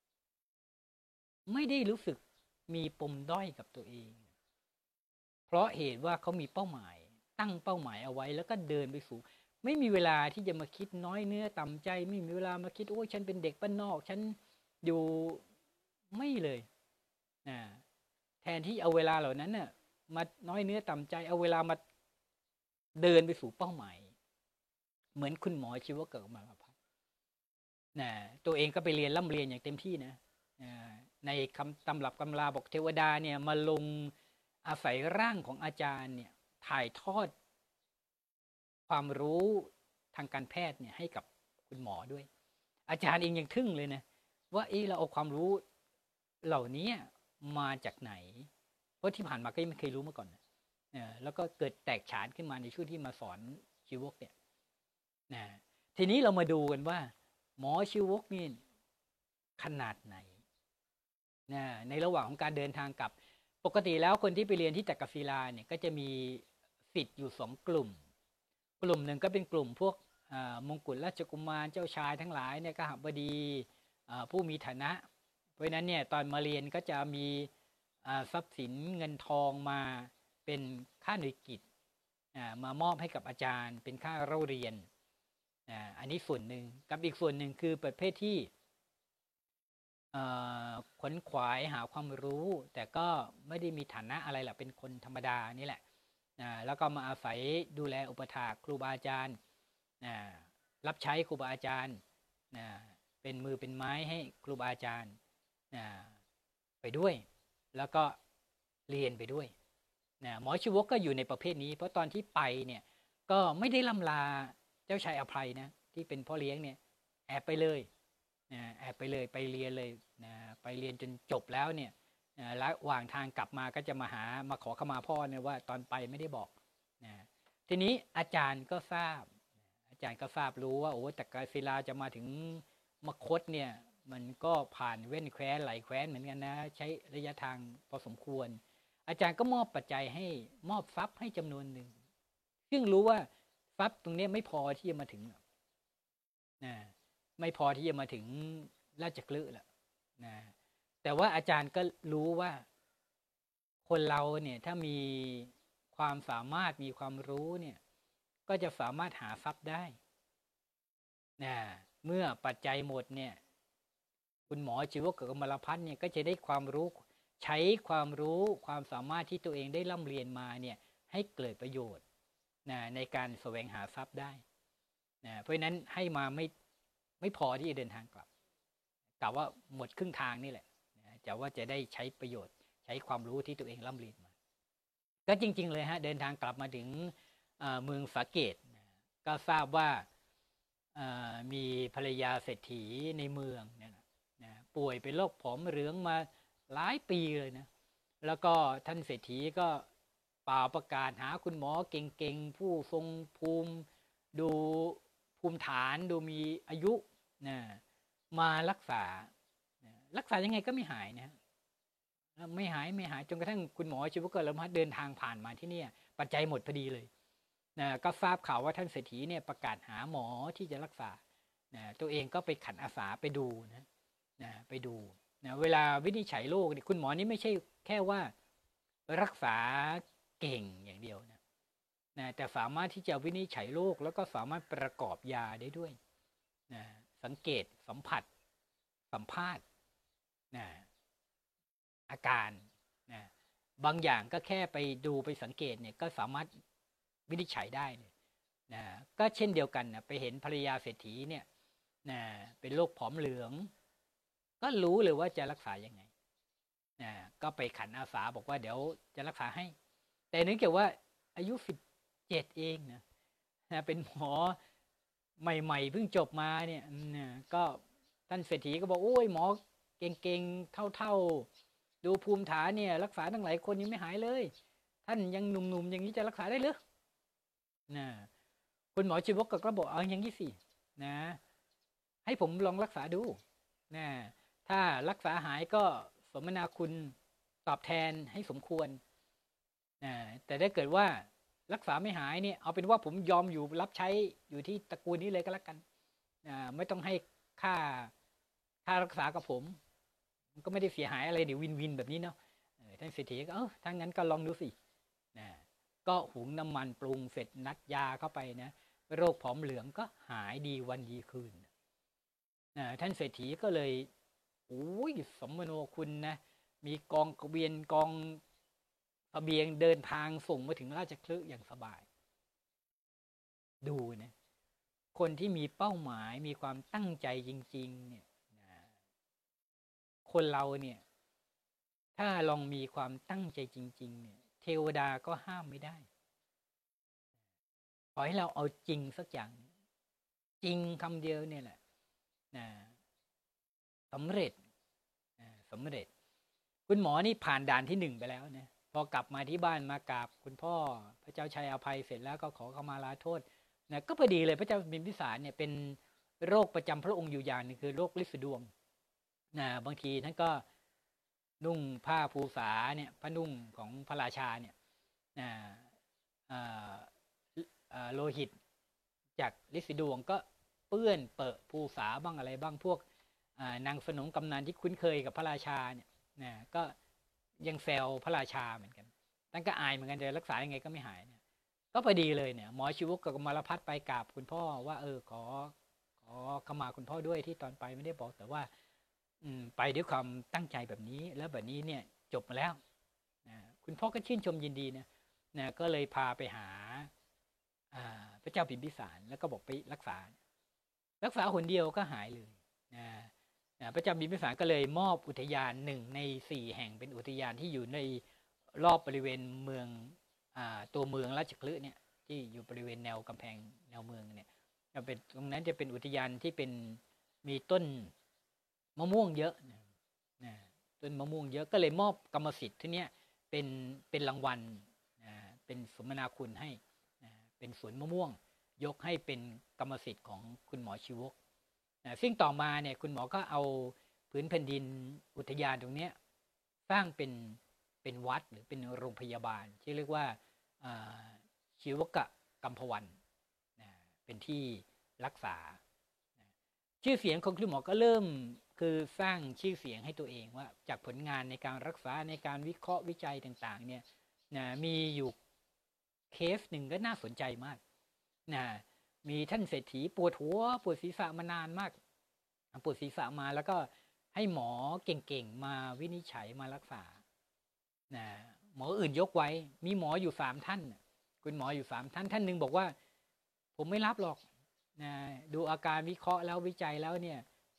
ไม่ได้รู้สึกมีปมด้อยกับตัวเองเพราะเหตุว่าเขามีเป้าหมายตั้งเป้าหมายเอาไว้แล้วก็เดินไปสู่ไม่มีเวลาที่จะมาคิดน้อยเนื้อต่ำใจไม่มีเวลามาคิดโอ้ยฉันเป็นเด็กบ้านนอกฉันอยู่ไม่เลยนะแทนที่เอาเวลาเหล่านั้นน่ะมาน้อยเนื้อต่ำใจเอาเวลามาเดินไปสู่เป้าหมายเหมือนคุณหมอชีวเกิดมาพัฒนะตัวเองก็ไปเรียนร่ำเรียนอย่างเต็มที่นะในคำตำรับตำราบอกเทวดาเนี่ยมาลงอาศัยร่างของอาจารย์เนี่ยถ่ายทอดความรู้ทางการแพทย์เนี่ยให้กับคุณหมอด้วยอาจารย์เองยังทึ่งเลยนะว่าเออเราเอาความรู้เหล่านี้มาจากไหนเพราะที่ผ่านมาก็ไม่เคยรู้มาก่อนนะแล้วก็เกิดแตกฉานขึ้นมาในช่วงที่มาสอนชีวกเนี่ยนะทีนี้เรามาดูกันว่าหมอชีวกนี่ขนาดไหนนะในระหว่างของการเดินทางกลับปกติแล้วคนที่ไปเรียนที่จักรศิลาเนี่ยก็จะมีศิษย์อยู่สองกลุ่มกลุ่มหนึ่งก็เป็นกลุ่มพวกมงกุฎราชกุมารเจ้าชายทั้งหลายเนี่ยกหบดีผู้มีฐานะเพราะนั้นเนี่ยตอนมาเรียนก็จะมีทรัพย์สินเงินทองมาเป็นค่าหน่วยกิจมามอบให้กับอาจารย์เป็นค่าเล่าเรียนอันนี้ส่วนหนึ่งกับอีกส่วนหนึ่งคือประเภทที่ขวนขวายหาความรู้แต่ก็ไม่ได้มีฐานะอะไรหรอกเป็นคนธรรมดานี่แหละแล้วก็มาอาศัยดูแลอุปถากครูบาอาจารย์รับใช้ครูบาอาจารย์เป็นมือเป็นไม้ให้ครูบาอาจารย์ไปด้วยแล้วก็เรียนไปด้วยหมอชีวกก็อยู่ในประเภทนี้เพราะตอนที่ไปเนี่ยก็ไม่ได้ล่ำลาเจ้าชายอภัยนะที่เป็นพ่อเลี้ยงเนี่ยแอบไปเลยแอบไปเลยไปเรียนเลยไปเรียนจนจบแล้วเนี่ยระหว่างทางกลับมาก็จะมาหามาขอขมาพ่อเนี่ยว่าตอนไปไม่ได้บอกนะทีนี้อาจารย์ก็ทราบอาจารย์ก็ทราบรู้ว่าโอ้แต่กศิลาจะมาถึงมคธเนี่ยมันก็ผ่านเว้นแคว้นหลายแคว้นเหมือนกันนะใช้ระยะทางพอสมควรอาจารย์ก็มอบปัจจัยให้มอบทรัพย์ให้จำนวนหนึ่งซึ่งรู้ว่าทรัพย์ตรงนี้ไม่พอที่จะมาถึงนะไม่พอที่จะมาถึงราชคฤห์แล้วนะแต่ว่าอาจารย์ก็รู้ว่าคนเราเนี่ยถ้ามีความสามารถมีความรู้เนี่ยก็จะสามารถหาทรัพย์ได้นะเมื่อปัจจัยหมดเนี่ยคุณหมอชีวกกมลพัฒน์เนี่ยก็จะได้ความรู้ใช้ความรู้ความสามารถที่ตัวเองได้ร่ำเรียนมาเนี่ยให้เกิดประโยชน์นะในการแสวงหาทรัพย์ได้นะเพราะฉะนั้นให้มาไม่ไม่พอที่จะเดินทางกลับกล่าวว่าหมดครึ่งทางนี่แหละนะจะว่าจะได้ใช้ประโยชน์ใช้ความรู้ที่ตัวเองร่ำเรียนมาก็จริงๆเลยฮะเดินทางกลับมาถึงเมืองสาเกตนะก็ทราบว่ามีภรรยาเศรษฐีในเมืองเนี่ยนะป่วยเป็นโรคผอมเหลืองมาหลายปีเลยนะแล้วก็ท่านเศรษฐีก็เป่าประกาศหาคุณหมอเก่งๆผู้ทรงภูมิดูภูมิฐานดูมีอายุนะมารักษารักษายังไงก็ไม่หายนะไม่หายไม่หายจนกระทั่งคุณหมอชีวกรมพัฒน์เดินทางผ่านมาที่นี่ปัจจัยหมดพอดีเลยนะก็ทราบข่าวว่าท่านเศรษฐีเนี่ยประกาศหาหมอที่จะรักษานะตัวเองก็ไปขันอาสาไปดูนะนะไปดูนะเวลาวินิจฉัยโรคคุณหมอนี่ไม่ใช่แค่ว่ารักษาเก่งอย่างเดียวนะนะแต่สามารถที่จะวินิจฉัยโรคแล้วก็สามารถประกอบยาได้ด้วยนะสังเกตสัมผัสสัมภาษณ์นะอาการนะบางอย่างก็แค่ไปดูไปสังเกตเนี่ยก็สามารถวินิจฉัยได้เลยนะก็เช่นเดียวกันนะไปเห็นภรรยาเศรษฐีเนี่ยนะเป็นโรคผอมเหลืองก็รู้เลยว่าจะรักษายังไงนะก็ไปขันอาสาบอกว่าเดี๋ยวจะรักษาให้แต่เนื่องจากว่าอายุสิบเจ็ดเองนะนะเป็นหมอใหม่ๆเพิ่งจบมาเนี่ยนะก็ท่านเศรษฐีก็บอกโอ้ยหมอเก่งๆเท่าๆดูภูมิฐานเนี่ยรักษาตั้งหลายคนยังไม่หายเลยท่านยังหนุ่มๆอย่างนี้จะรักษาได้หรือนะคุณหมอชีวกก็บอกเอาอย่างนี้สินะให้ผมลองรักษาดูนะถ้ารักษาหายก็สมนาคุณตอบแทนให้สมควรนะแต่ถ้าเกิดว่ารักษาไม่หายเนี่ยเอาเป็นว่าผมยอมอยู่รับใช้อยู่ที่ตระกูลนี้เลยก็แล้วกันนะไม่ต้องให้ค่าค่ารักษากับผมมันก็ไม่ได้เสียหายอะไรเดี๋ยววินวินแบบนี้เนาะท่านเศรษฐีก็เออถ้างั้นก็ลองดูสินะก็หุงน้ำมันปรุงเสร็จนัดยาเข้าไปนะโรคผอมเหลืองก็หายดีวันดีคืนนะท่านเศรษฐีก็เลยโอ้ยสมโนคุณนะมีกองกเวียนกองเสบียงเดินทางส่งมาถึงราชคฤห์อย่างสบายดูนะคนที่มีเป้าหมายมีความตั้งใจจริงๆเนี่ยนะคนเราเนี่ยถ้าลองมีความตั้งใจจริงๆเนี่ยเทวดาก็ห้ามไม่ได้ขอให้เราเอาจริงสักอย่างจริงคำเดียวเนี่ยแหละนะสำเร็จนะสำเร็จคุณหมอนี่ผ่านด่านที่หนึ่งไปแล้วนะพอกลับมาที่บ้านมากราบคุณพ่อพระเจ้าชัยอภัยเสร็จแล้วก็ขอขมาลาโทษนะก็พอดีเลยพระเจ้าบิมพิสารเนี่ยเป็นโรคประจำพระองค์อยู่อย่างนึงคือโรคลินดวงนะบางทีท่านก็นุ่งผ้าภูษาเนี่ยผ้านุ่งของพระราชาเนี่ยนะโลหิตจากลินดวงก็เปื้อนเปอะภูษาบ้างอะไรบ้างพวกนางสนมกำนันที่คุ้นเคยกับพระราชาเนี่ยนะก็ยังแซวพระราชาเหมือนกันตั้งก็อายเหมือนกันจะรักษายังไงก็ไม่หายเนี่ยก็พอดีเลยเนี่ยหมอชีวกกับมรพัฒน์ไปกราบคุณพ่อว่าเออขอขอขมาคุณพ่อด้วยที่ตอนไปไม่ได้บอกแต่ว่าอืมไปด้วยความตั้งใจแบบนี้แล้วแบบนี้เนี่ยจบมาแล้วนะคุณพ่อก็ชื่นชมยินดีนะนะก็เลยพาไปหาพระเจ้าพิมพิสารแล้วก็บอกไปรักษารักษาหนเดียวก็หายเลยนะพระเจ้าพิมพิสารก็เลยมอบอุทยานหนึ่งในสี่แห่งเป็นอุทยานที่อยู่ในรอบบริเวณเมืองตัวเมืองราชคฤห์เนี่ยที่อยู่บริเวณแนวกำแพงแนวเมืองเนี่ยจะเป็นตรงนั้นจะเป็นอุทยานที่เป็นมีต้นมะม่วงเยอะนะต้นมะม่วงเยอะก็เลยมอบกรรมสิทธิ์ที่เนี้ยเป็นเป็นรางวัลเป็นสมนาคุณให้เป็นสวนมะม่วงยกให้เป็นกรรมสิทธิ์ของคุณหมอชีวกนะซึ่งต่อมาเนี่ยคุณหมอก็เอาผืนแผ่นดินอุทยานตรงนี้สร้างเป็นเป็นวัดหรือเป็นโรงพยาบาลที่เรียกว่าชีวกกัมพวันนะเป็นที่รักษานะชื่อเสียงของคุณหมอก็เริ่มคือสร้างชื่อเสียงให้ตัวเองว่าจากผลงานในการรักษาในการวิเคราะห์วิจัยต่างๆเนี่ยนะมีอยู่เคสหนึ่งก็น่าสนใจมากนะมีท่านเศรษฐีปวดหัวปวดศีรษะมานานมากปวดศีรษะมาแล้วก็ให้หมอเก่งๆมาวินิจฉัยมารักษานะหมออื่นยกไว้มีหมออยู่สามท่านคุณหมออยู่สามท่านท่านหนึ่งบอกว่าผมไม่รับหรอกนะดูอาการวิเคราะห์แล้ววิจัยแล้วเนี่ย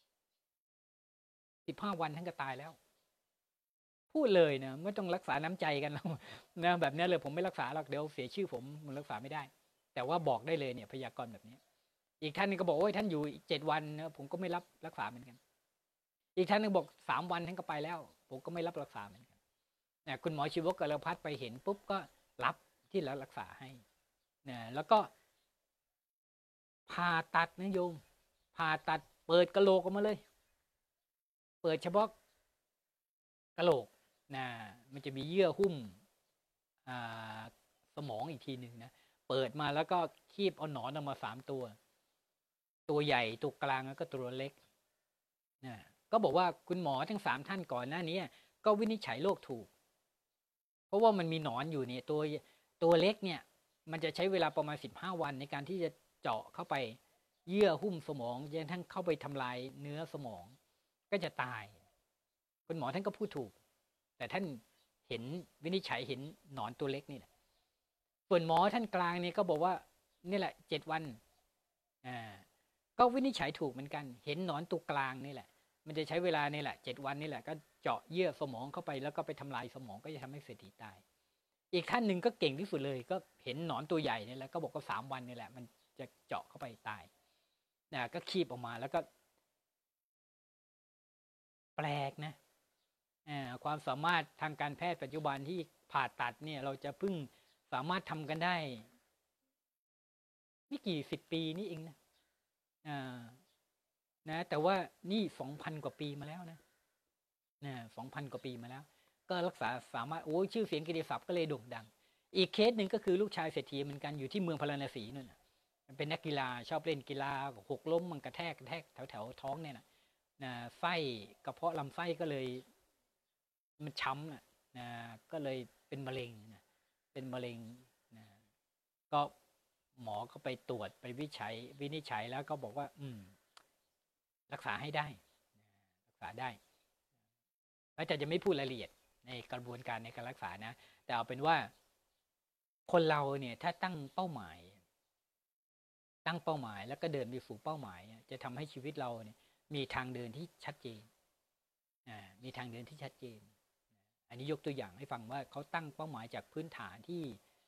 สิบห้าวันท่านก็ตายแล้วพูดเลยนะไม่ต้องรักษาน้ำใจกันแล้วนะแบบนี้เลยผมไม่รักษาหรอกเดี๋ยวเสียชื่อผมมันรักษาไม่ได้แต่ว่าบอกได้เลยเนี่ยพยากรณ์แบบนี้อีกท่านนึงก็บอกว่าท่านอยู่อีกเจ็ดวันนะผมก็ไม่รับรักษาเหมือนกันอีกท่านนึงบอกสามวันท่านก็ไปแล้วผมก็ไม่รับรักษาเหมือนกันนะคุณหมอชีวกกับเราพัดไปเห็นปุ๊บก็รับที่แล้วรักษาให้นะแล้วก็ผ่าตัดนะโยมผ่าตัดเปิดกะโหลกออกมาเลยเปิดเฉพาะกะโหลกนะมันจะมีเยื่อหุ้มสมองอีกทีหนึ่งนะเปิดมาแล้วก็คีบเอาหนอนออกมาสามตัวตัวใหญ่ตัวกลางแล้วก็ตัวเล็กนะก็บอกว่าคุณหมอทั้งสามท่านก่อนหน้านี้ก็วินิจฉัยโรคถูกเพราะว่ามันมีหนอนอยู่เนี่ยตัวตัวเล็กเนี่ยมันจะใช้เวลาประมาณสิบห้าวันในการที่จะเจาะเข้าไปเยื่อหุ้มสมองจนทั้งเข้าไปทำลายเนื้อสมองก็จะตายคุณหมอท่านก็พูดถูกแต่ท่านเห็นวินิจฉัยเห็นหนอนตัวเล็กนี่แหละส่วนหมอท่านกลางเนี่ยก็บอกว่านี่แหละเจ็ดวันอ่าก็วินิจฉัยถูกเหมือนกันเห็นหนอนตัวกลางนี่แหละมันจะใช้เวลานี่แหละเจ็ดวันนี่แหละก็เจาะเยื่อสมองเข้าไปแล้วก็ไปทำลายสมองก็จะทำให้เศรษฐีตายอีกท่านหนึ่งก็เก่งที่สุดเลยก็เห็นหนอนตัวใหญ่นี่แหละก็บอกว่าสามวันนี่แหละมันจะเจาะเข้าไปตายนะก็คีบออกมาแล้วก็แปลกนะความสามารถทางการแพทย์ปัจจุบันที่ผ่าตัดเนี่ยเราจะเพิ่งสามารถทำกันได้ไม่กี่สิบปีนี่เองนะอ่านะแต่ว่านี่สองพันกว่าปีมาแล้วนะนะสองพันกว่าปีมาแล้วก็รักษาสามารถโอ้ชื่อเสียงกิตติศัพท์ก็เลยโด่งดังอีกเคสหนึ่งก็คือลูกชายเศรษฐีเหมือนกันอยู่ที่เมืองพาราณสีนั่นนะเป็นนักกีฬาชอบเล่นกีฬาหกล้มมันกระแทกกระแทกแถวแถวท้องเนี่ยนะนะไส้กระเพาะลำไส้ก็เลยมันช้ำนะนะก็เลยเป็นมะเร็งนะเป็นมะเร็งนะก็หมอก็ไปตรวจไปวิจัยวินิจฉัยแล้วก็บอกว่าอืมรักษาให้ได้รักษาได้แล้วจะจะไม่พูดรายละเอียดในกระบวนการในการรักษานะแต่เอาเป็นว่าคนเราเนี่ยถ้าตั้งเป้าหมายตั้งเป้าหมายแล้วก็เดินไปสู่เป้าหมายจะทำให้ชีวิตเราเนี่ยมีทางเดินที่ชัดเจนมีทางเดินที่ชัดเจนอันนี้ยกตัวอย่างให้ฟังว่าเขาตั้งเป้าหมายจากพื้นฐานที่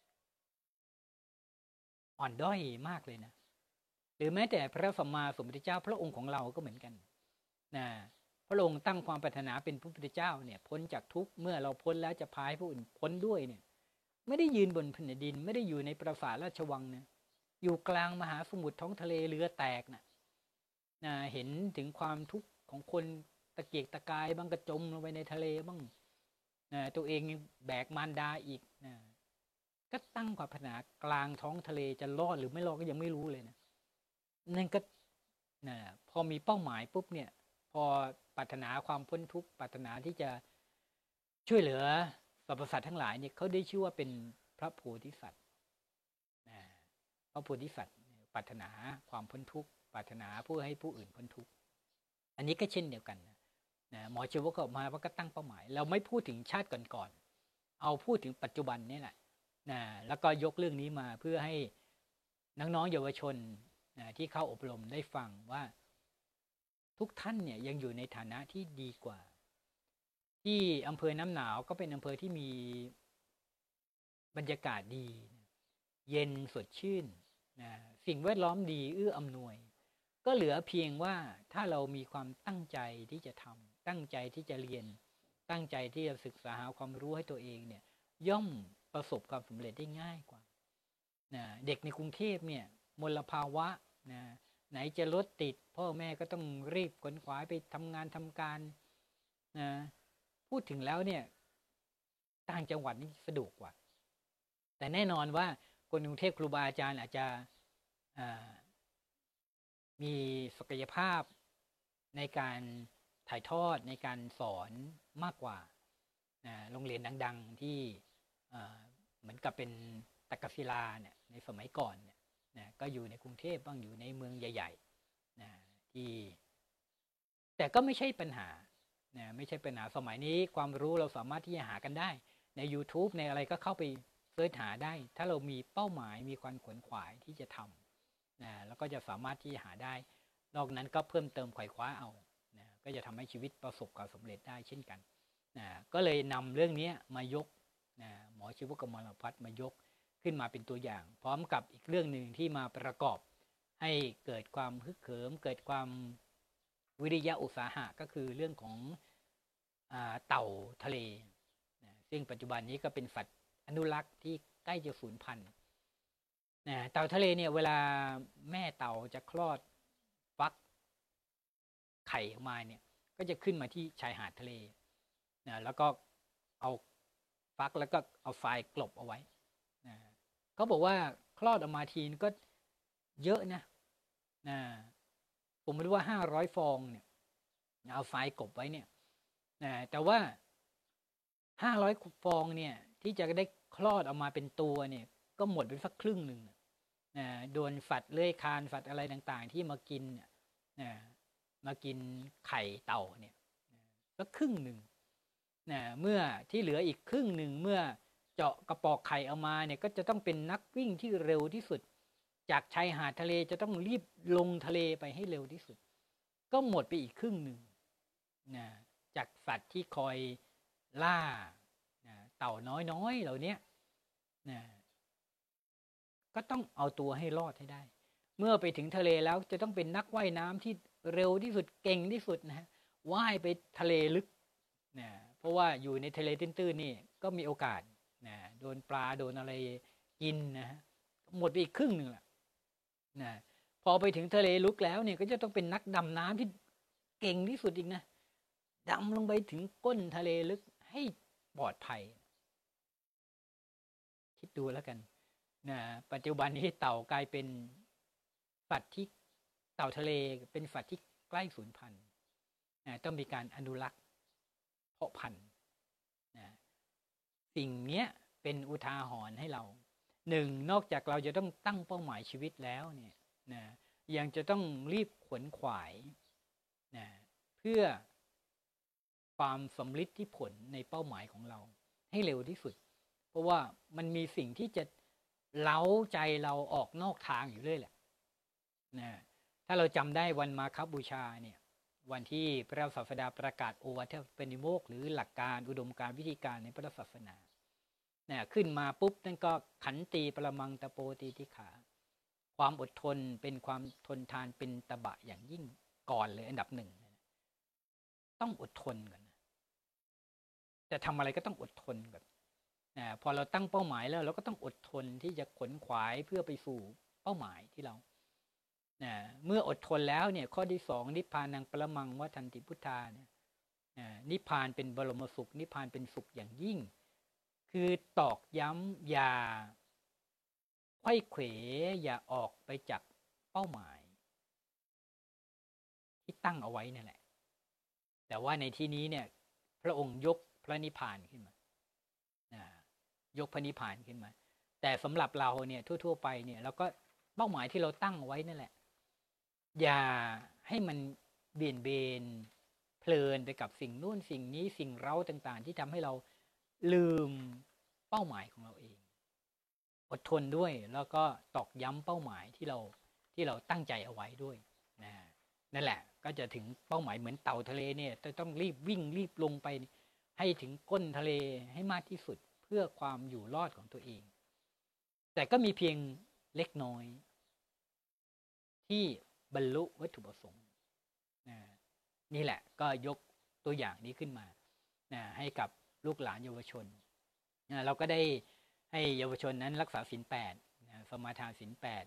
อ่อนด้อยมากเลยนะหรือแม้แต่พระสัมมาสัมพุทธเจ้าพระองค์ของเราก็เหมือนกันนะพระองค์ตั้งความปรารถนาเป็นพระพุทธเจ้าเนี่ยพ้นจากทุกข์เมื่อเราพ้นแล้วจะพาให้ผู้อื่นพ้นด้วยเนี่ยไม่ได้ยืนบนแผ่นดินไม่ได้อยู่ในปราสาทราชวังนะอยู่กลางมหาสมุทรท้องทะเลเรือแตกนะนะเห็นถึงความทุกข์ของคนตะเกียกตะกายบ้างกระจมลงไปในทะเลบ้างนะตัวเองแบกมารดาอีกนะก็ตั้งความปรารถนากลางท้องทะเลจะรอดหรือไม่รอดก็ยังไม่รู้เลยนะนั่นก็นะพอมีเป้าหมายปุ๊บเนี่ยพอปรารถนาความพ้นทุกข์ปรารถนาที่จะช่วยเหลือสรรพสัตว์ทั้งหลายเนี่ยเขาได้ชื่อว่าเป็นพระโพธิสัตว์นะพระโพธิสัตว์ปรารถนาความพ้นทุกข์ปรารถนาผู้ให้ผู้อื่นพ้นทุกข์อันนี้ก็เช่นเดียวกันนะนะหมอชีวกออกมาว่าก็ตั้งเป้าหมายเราไม่พูดถึงชาติก่อนๆเอาพูดถึงปัจจุบันนี่แหละนะแล้วก็ยกเรื่องนี้มาเพื่อให้น้องๆเยาวชนนะที่เข้าอบรมได้ฟังว่าทุกท่านเนี่ยยังอยู่ในฐานะที่ดีกว่าที่อำเภอน้ำหนาวก็เป็นอำเภอที่มีบรรยากาศดีเย็นสดชื่นนะสิ่งแวดล้อมดีเอื้ออำนวยก็เหลือเพียงว่าถ้าเรามีความตั้งใจที่จะทำตั้งใจที่จะเรียนตั้งใจที่จะศึกษาหาความรู้ให้ตัวเองเนี่ยย่อมประสบความสำเร็จได้ง่ายกว่านะเด็กในกรุงเทพเนี่ยมลภาวะนะไหนจะรถติดพ่อแม่ก็ต้องรีบขนขวายไปทำงานทำการนะพูดถึงแล้วเนี่ยต่างจังหวัดนี่สะดวกกว่าแต่แน่นอนว่าคนกรุงเทพครูบาอาจารย์อาจจะมีศักยภาพในการถ่ายทอดในการสอนมากกว่าโรงเรียนดังๆที่เหมือนกับเป็นตักกศิลาเนี่ยในสมัยก่อนเนี่ยนะก็อยู่ในกรุงเทพบ้างอยู่ในเมืองใหญ่ๆนะที่แต่ก็ไม่ใช่ปัญหานะไม่ใช่ปัญหาสมัยนี้ความรู้เราสามารถที่จะหากันได้ใน YouTube ในอะไรก็เข้าไปเสิร์ชหาได้ถ้าเรามีเป้าหมายมีความขวนขวายที่จะทำนะแล้วก็จะสามารถที่จะหาได้นอกนั้นก็เพิ่มเติมไขว่คว้าเอานะก็จะทำให้ชีวิตประสบความสำเร็จได้เช่นกันนะก็เลยนำเรื่องนี้มายกนะหมอชีวกมลพัฒน์มายกขึ้นมาเป็นตัวอย่างพร้อมกับอีกเรื่องหนึ่งที่มาประกอบให้เกิดความฮึกเหิมเกิดความวิริยะอุตสาหะก็คือเรื่องของเต่าทะเลนะซึ่งปัจจุบันนี้ก็เป็นสัตว์อนุรักษ์ที่ใกล้จะสูญพันธุ์นะเต่าทะเลเนี่ยเวลาแม่เต่าจะคลอดฟักไข่ออกมาเนี่ยก็จะขึ้นมาที่ชายหาดทะเลนะแล้วก็เอาฟักแล้วก็เอาทรายกลบเอาไว้นะเขาบอกว่าคลอดออกมาทีนก็เยอะนะนะผมไม่รู้ว่าห้าร้อยฟองเนี่ยเอาทรายกลบไว้เนี่ยนะแต่ว่าห้าร้อยฟองเนี่ยที่จะได้คลอดออกมาเป็นตัวเนี่ยก็หมดไปสักครึ่งหนึ่งนะโดนสัตว์เลื้อยคลานสัตว์อะไรต่างๆที่มากินเนี่ยนะมากินไข่เต่าเนี่ยก็ครึ่งหนึ่งนะเมื่อที่เหลืออีกครึ่งหนึ่งเมื่อเจาะกระปอกไข่ออกมาเนี่ยก็จะต้องเป็นนักวิ่งที่เร็วที่สุดจากชายหาดทะเลจะต้องรีบลงทะเลไปให้เร็วที่สุดก็หมดไปอีกครึ่งหนึ่งนะจากสัตว์ที่คอยล่านะเต่าน้อยๆเหล่านี้นะก็ต้องเอาตัวให้รอดให้ได้เมื่อไปถึงทะเลแล้วจะต้องเป็นนักว่ายน้ำที่เร็วที่สุดเก่งที่สุดนะฮะว่ายไปทะเลลึกนะเพราะว่าอยู่ในทะเลตื้นๆนี่ก็มีโอกาสนะโดนปลาโดนอะไรกินนะฮะหมดไปอีกครึ่งหนึ่งแหละนะพอไปถึงทะเลลึกแล้วเนี่ยก็จะต้องเป็นนักดำน้ำที่เก่งที่สุดอีกนะดำลงไปถึงก้นทะเลลึกให้ปลอดภัยคิดดูแล้วกันนะปัจจุบันนี้เต่ากลายเป็นสัตว์ที่เต่าทะเลเป็นสัตว์ที่ใกล้สูญพันธุ์นะต้องมีการอนุรักษ์เพาะพันธุ์นะสิ่งนี้เป็นอุทาหรณ์ให้เราหนึ่งนอกจากเราจะต้องตั้งเป้าหมายชีวิตแล้วเนี่ยนะยังจะต้องรีบขวนขวายนะเพื่อความสำลิดที่ผลในเป้าหมายของเราให้เร็วที่สุดเพราะว่ามันมีสิ่งที่จะเล้าใจเราออกนอกทางอยู่เรื่อยแหละนะถ้าเราจำได้วันมาฆบูชาเนี่ยวันที่พระศาสดาประกาศโอวาทปฏิโมกข์หรือหลักการอุดมการณ์วิธีการในพระศาสนาเนี่ยขึ้นมาปุ๊บนั่นก็ขันติปรมังตโปตีติขาความอดทนเป็นความทนทานเป็นตบะอย่างยิ่งก่อนเลยอันดับหนึ่งต้องอดทนก่อนจะทำอะไรก็ต้องอดทนก่อนนะพอเราตั้งเป้าหมายแล้วเราก็ต้องอดทนที่จะขวนขวายเพื่อไปสู่เป้าหมายที่เรานะเมื่ออดทนแล้วเนี่ยข้อที่สองนิพพานังปรมังวัฏันติพุทธาเนี่ยนิพพานเป็นบรมสุขนิพพานเป็นสุขอย่างยิ่งคือตอกย้ำอย่าไขว้เขวอย่าออกไปจากเป้าหมายที่ตั้งเอาไว้นั่นแหละแต่ว่าในที่นี้เนี่ยพระองค์ยกพระนิพพานขึ้นมายกพระนิพพานขึ้นมาแต่สำหรับเราเนี่ยทั่วๆไปเนี่ยเราก็เป้าหมายที่เราตั้งเอาไว้นั่นแหละอย่าให้มันเบี่ยนเบนเพลินไปกับสิ่งนู่นสิ่งนี้สิ่งเร้าต่างๆที่ทำให้เราลืมเป้าหมายของเราเองอดทนด้วยแล้วก็ตอกย้ำเป้าหมายที่เราที่เราตั้งใจเอาไว้ด้วยนะนั่นแหละก็จะถึงเป้าหมายเหมือนเต่าทะเลเนี่ยจะต้องรีบวิ่งรีบลงไปให้ถึงก้นทะเลให้มากที่สุดเพื่อความอยู่รอดของตัวเองแต่ก็มีเพียงเล็กน้อยที่บรรลุวัตถุประสงค์นะนี่แหละก็ยกตัวอย่างนี้ขึ้นมานะให้กับลูกหลานเยาวชนนะเราก็ได้ให้เยาวชนนั้นรักษาศีลแปดนะสมาทานศีลแปด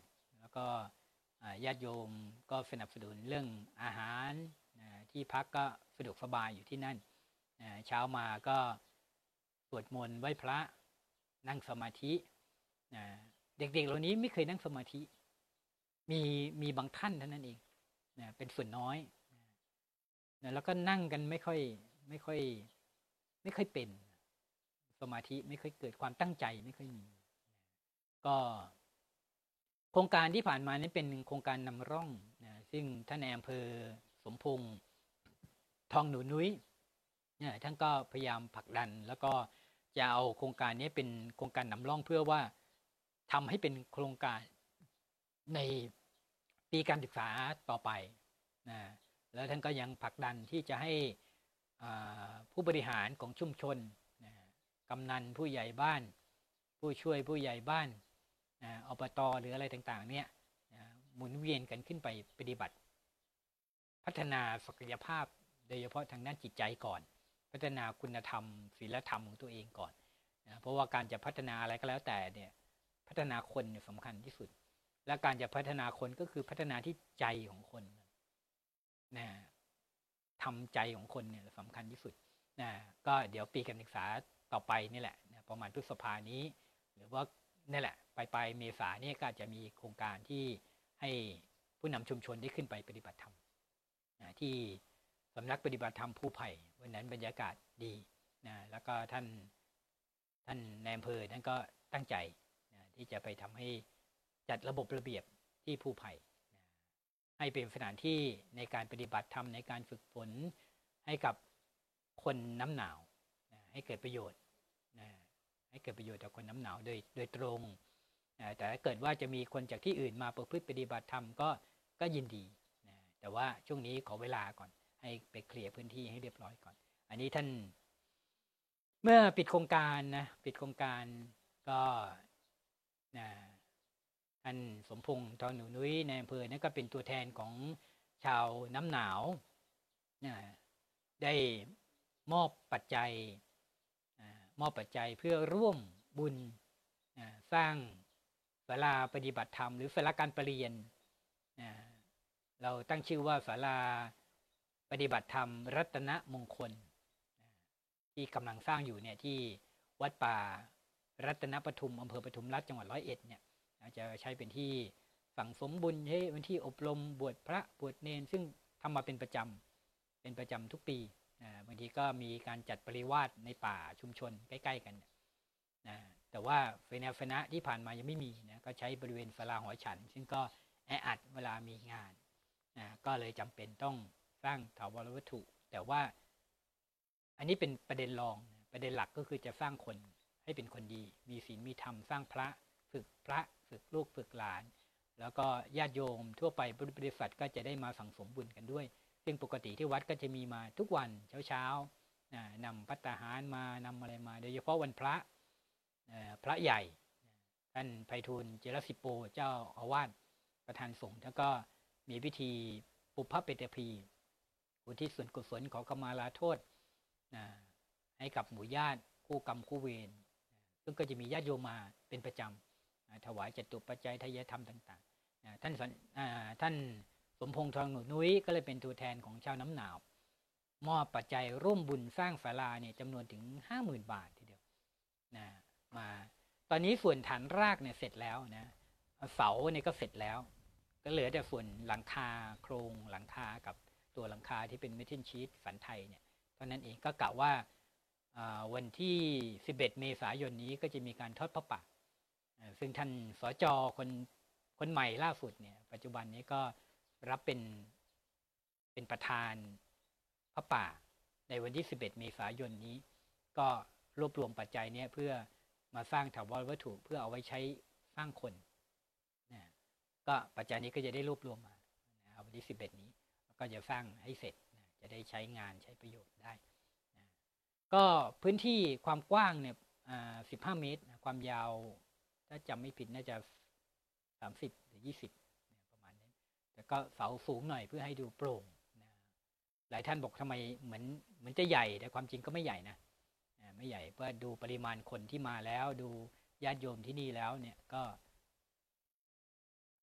แล้วก็ญาติโยมก็สนับสนุนเรื่องอาหารที่พักก็สะดวกสบายอยู่ที่นั่นเช้ามาก็สวดมนต์ไหว้พระนั่งสมาธิเด็กๆเหล่านี้ไม่เคยนั่งสมาธิมีมีบางท่านเท่านั้นเองเป็นส่วนน้อยแล้วก็นั่งกันไม่ค่อยไม่ค่อยไม่ค่อยเป็นสมาธิไม่ค่อยเกิดความตั้งใจไม่ค่อยมีก็โครงการที่ผ่านมานี้เป็นโครงการนำร่องนะซึ่งท่านนายอำเภอสมพงษ์ทองหนูนุ้ยเนี่ยท่านก็พยายามผลักดันแล้วก็จะเอาโครงการนี้เป็นโครงการนำร่องเพื่อว่าทำให้เป็นโครงการในปีการศึกษาต่อไปนะแล้วท่านก็ยังผลักดันที่จะให้ผู้บริหารของชุมชนนะกำนันผู้ใหญ่บ้านผู้ช่วยผู้ใหญ่บ้านอบต.หรืออะไรต่างๆเนี่ยหมุนเวียนกันขึ้นไปปฏิบัติพัฒนาศักยภาพโดยเฉพาะทางด้านจิตใจก่อนพัฒนาคุณธรรมศีลธรรมของตัวเองก่อนนะเพราะว่าการจะพัฒนาอะไรก็แล้วแต่เนี่ยพัฒนาคนสำคัญที่สุดและการจะพัฒนาคนก็คือพัฒนาที่ใจของคนนะทำใจของคนเนี่ยสำคัญที่สุดนะก็เดี๋ยวปีการศึกษาต่อไปนี่แหละนะประมาณพฤษภานี้หรือว่านี่แหละปลายปลายเมษาเนี่ยก็จะมีโครงการที่ให้ผู้นำชุมชนได้ขึ้นไปปฏิบัติธรรมนะที่สำนักปฏิบัติธรรมภูไผ่วันนั้นบรรยากาศดีนะแล้วก็ท่านท่านนายอำเภอท่านก็ตั้งใจนะที่จะไปทำให้จัดระบบระเบียบที่ภูไผ่นะให้เป็นสถานที่ในการปฏิบัติธรรมในการฝึกฝนให้กับคนน้ำหนาวนะให้เกิดประโยชน์นะให้เกิดประโยชน์ต่อคนน้ำหนาวโดยโดยตรงนะแต่ถ้าเกิดว่าจะมีคนจากที่อื่นมาประพฤติปฏิบัติธรรมก็ก็ยินดีนะแต่ว่าช่วงนี้ขอเวลาก่อนให้ไปเคลียร์พื้นที่ให้เรียบร้อยก่อนอันนี้ท่านเมื่อปิดโครงการนะปิดโครงการก็นะท่านสมพงษ์ทองหนูนุ้ยในอำเภอนั่นก็เป็นตัวแทนของชาวน้ำหนาวนะได้มอบปัจจัยมอบปัจจัยเพื่อร่วมบุญสร้างศาลาปฏิบัติธรรมหรือศาลาการประเรียนเราตั้งชื่อว่าศาลาปฏิบัติธรรมรัตนมงคลที่กำลังสร้างอยู่เนี่ยที่วัดป่ารัตนปทุมอำเภอปทุมราชจังหวัดร้อยเอ็ดเนี่ยจะใช้เป็นที่สั่งสมบุญให้เป็นที่อบรมบวชพระบวชเนรซึ่งทำมาเป็นประจำเป็นประจำทุกปีบางทีก็มีการจัดปริวาสในป่าชุมชนใกล้ๆกันนะแต่ว่าเฟนาเฟนะที่ผ่านมายังไม่มีนะก็ใช้บริเวณศาลาหอฉันซึ่งก็แออัดเวลามีงานนะก็เลยจำเป็นต้องสร้างถาวรวัตถุแต่ว่าอันนี้เป็นประเด็นรองประเด็นหลักก็คือจะสร้างคนให้เป็นคนดีมีศีลมีธรรมสร้างพระฝึกพระฝึกลูกฝึกหลานแล้วก็ญาติโยมทั่วไปบริษัทก็จะได้มาสั่งสมบุญกันด้วยซึ่งปกติที่วัดก็จะมีมาทุกวันเช้าๆนำภัตตาหารมานำอะไรมาโดยเฉพาะวันพระพระใหญ่ท่านไพฑูรย์เจรสิโปเจ้าอาวาสประธานสงฆ์แล้วก็มีพิธีปุพพเปตพีอุทิศส่วนกุศลขอขมาลาโทษให้กับหมู่ญาติคู่กรรมคู่เวรซึ่งก็จะมีญาติโยมมาเป็นประจำถวายจตุปัจจัยทายธรรมต่างๆท่านท่านสมพงษ์ทองหนูนุ้ยก็เลยเป็นตัวแทนของชาวน้ำหนาวมอบปัจจัยร่วมบุญสร้างศาลาเนี่ยจำนวนถึง ห้าหมื่น บาททีเดียวนะมาตอนนี้ส่วนฐานรากเนี่ยเสร็จแล้วนะเสาเนี่ยก็เสร็จแล้วก็เหลือแต่ส่วนหลังคาโครงหลังคากับตัวหลังคาที่เป็นเมทัลชีทสันไทยเนี่ยเท่านั้นเองก็กะว่าวันที่สิบเอ็ดเมษายนนี้ก็จะมีการทอดพระป่าซึ่งท่านสจ.คนคนใหม่ล่าสุดเนี่ยปัจจุบันนี้ก็รับเป็นเป็นประธานพระป่าในวันที่สิบเอ็ดเมษายนนี้ก็รวบรวมปัจจัยนี้เพื่อมาสร้างถาวรวัตถุเพื่อเอาไว้ใช้สร้างคนนะก็ปัจจัยนี้ก็จะได้รวบรวมมานะวันที่สิบเอ็ดนี้ก็จะสร้างให้เสร็จนะจะได้ใช้งานใช้ประโยชน์ได้นะก็พื้นที่ความกว้างเนี่ยสิบห้าเมตรนะความยาวถ้าจำไม่ผิดน่าจะสามสิบหรือยี่สิบประมาณนี้แต่ก็เสาสูงหน่อยเพื่อให้ดูโปร่งนะหลายท่านบอกทำไมเหมือนเหมือนจะใหญ่แต่ความจริงก็ไม่ใหญ่นะไม่ใหญ่เพื่อดูปริมาณคนที่มาแล้วดูญาติโยมที่นี่แล้วเนี่ยก็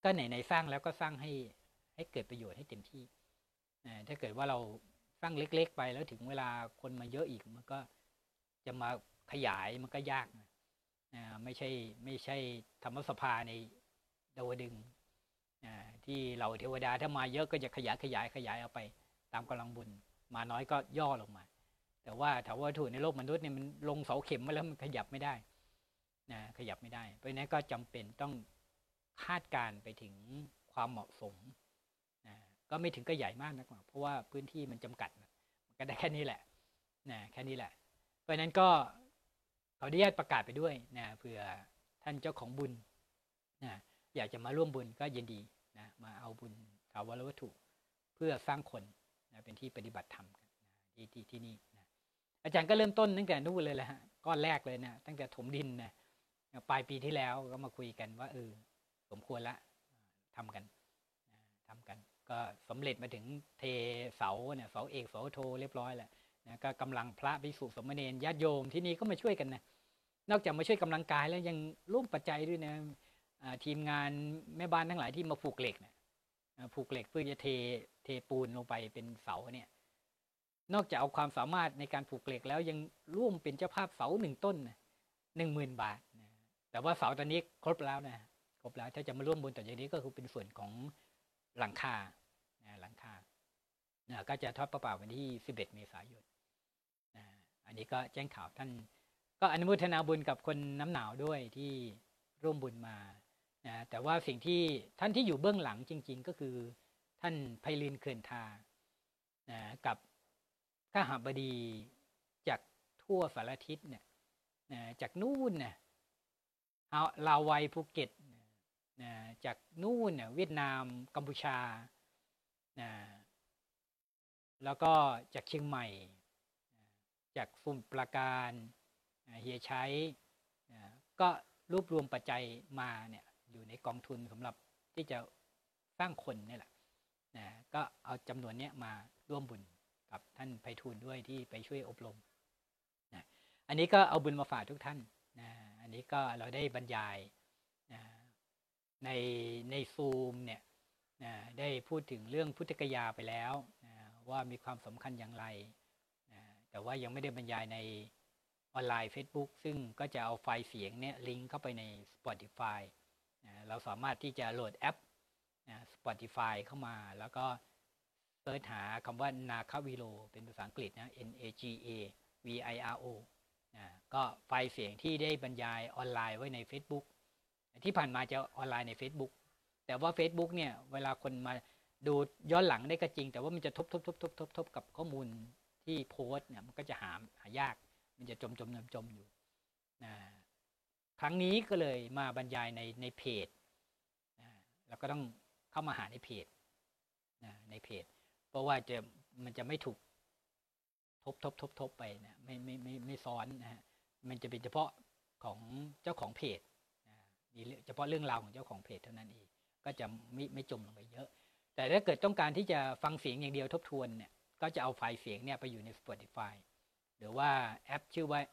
ก็ไหนๆสร้างแล้วก็สร้างให้ให้เกิดประโยชน์ให้เต็มที่นะถ้าเกิดว่าเราสร้างเล็กๆไปแล้วถึงเวลาคนมาเยอะอีกมันก็จะมาขยายมันก็ยากนะไม่ใช่ไม่ใช่ธรรมสภาในดาวดึงที่เราเทวดาถ้ามาเยอะก็จะขยายขยายขยายเอาไปตามกำลังบุญมาน้อยก็ย่อลงมาแต่ว่าถาวรวัตถุในโลกมนุษย์เนี่ยมันลงเสาเข็มมาแล้วมันขยับไม่ได้นะขยับไม่ได้เพราะนั้นก็จำเป็นต้องคาดการไปถึงความเหมาะสมนะก็ไม่ถึงก็ใหญ่มากนักเพราะว่าพื้นที่มันจำกัดมันก็ได้แค่นี้แหละนะแค่นี้แหละเพราะนั้นก็ขออนุญาตประกาศไปด้วยนะเผื่อท่านเจ้าของบุญนะอยากจะมาร่วมบุญก็ยินดีนะมาเอาบุญถาวรวัตถุเพื่อสร้างคนนะเป็นที่ปฏิบัติธรรมกันนะที่ที่ที่นี่นะอาจารย์ก็เริ่มต้นตั้งแต่นู่นเลยแหละฮะก้อนแรกเลยนะตั้งแต่ถมดินนะปลายปีที่แล้วก็มาคุยกันว่าเออสมควรละทำกันนะทำกันก็สำเร็จมาถึงเทเสาเนี่ยเสาเอกเสาโทเรียบร้อยแล้วนะก็กำลังพระภิกษุสมณเณรญาติโยมที่นี่ก็มาช่วยกันนะนอกจากมาช่วยกำลังกายแล้วยังร่วมปัจจัยด้วยนะทีมงานแม่บ้านทั้งหลายที่มาผูกเหล็กเนี่ยผูกเหล็กเพื่อจะเทเทปูนลงไปเป็นเสาเนี่ยนอกจากเอาความสามารถในการผูกเหล็กแล้วยังร่วมเป็นเจ้าภาพเสาหนึ่งต้นนะหนึ่งหมื่นบาทนะแต่ว่าเสาตอนนี้ครบแล้วนะครบแล้วถ้าจะมาร่วมบุญต่อจากนี้ก็คือเป็นส่วนของหลังคานะหลังคานะก็จะทอดประป่าวันที่สิบเอ็ดเมษายนนะอันนี้ก็แจ้งข่าวท่านก็อนุโมทนาบุญกับคนน้ำหนาวด้วยที่ร่วมบุญมานะแต่ว่าสิ่งที่ท่านที่อยู่เบื้องหลังจริงๆก็คือท่านไพลินเขื่อนทานะกับข้าหบดีจากทั่วสารทิศเนี่ยนะจากนู่นเนี่ยลาววัยภูเก็ตนะจากนู่นเนี่ยเวียดนามกัมพูชานะแล้วก็จากเชียงใหม่จากสมุทรปราการเฮียชัยนะก็รวบรวมปัจจัยมาเนี่ยอยู่ในกองทุนสำหรับที่จะสร้างคนนี่แหละนะก็เอาจำนวนนี้มาร่วมบุญกับท่านไพฑูรย์ด้วยที่ไปช่วยอบรมนะอันนี้ก็เอาบุญมาฝากทุกท่านนะอันนี้ก็เราได้บรรยายนะในในซูมเนี่ยนะได้พูดถึงเรื่องพุทธกยาไปแล้วนะว่ามีความสำคัญอย่างไรนะแต่ว่ายังไม่ได้บรรยายในออนไลน์ Facebook ซึ่งก็จะเอาไฟล์เสียงเนี่ยลิงก์เข้าไปใน Spotify นะเราสามารถที่จะโหลดแอปนะ Spotify เข้ามาแล้วก็เสิร์ชหาคำว่านาคาวิโลเป็นภาษาอังกฤษนะ N A G A V I R O นะก็ไฟล์เสียงที่ได้บรรยายออนไลน์ไว้ใน Facebook ที่ผ่านมาจะออนไลน์ใน Facebook แต่ว่า Facebook เนี่ยเวลาคนมาดูย้อนหลังได้ก็จริงแต่ว่ามันจะทบทบทบทบทบทบกับข้อมูลที่โพสต์เนี่ยมันก็จะหาหายากมันจะจมจมจมจมอยู่นะครั้งนี้ก็เลยมาบรรยายในในเพจนะแล้วก็ต้องเข้ามาหาในเพจนะในเพจเพราะว่าจะมันจะไม่ถูกทบทบทบทบไปนะไม่ไม่ไม่ไม่ซ้อนนะฮะมันจะเป็นเฉพาะของเจ้าของเพจนะมีเฉพาะเรื่องราวของเจ้าของเพจเท่านั้นเองก็จะไม่ไม่จมลงไปเยอะแต่ถ้าเกิดต้องการที่จะฟังเสียงอย่างเดียวทบทวนเนี่ยก็จะเอาไฟล์เสียงเนี่ยไปอยู่ใน Spotify หรือว่าแอปชื่อว่า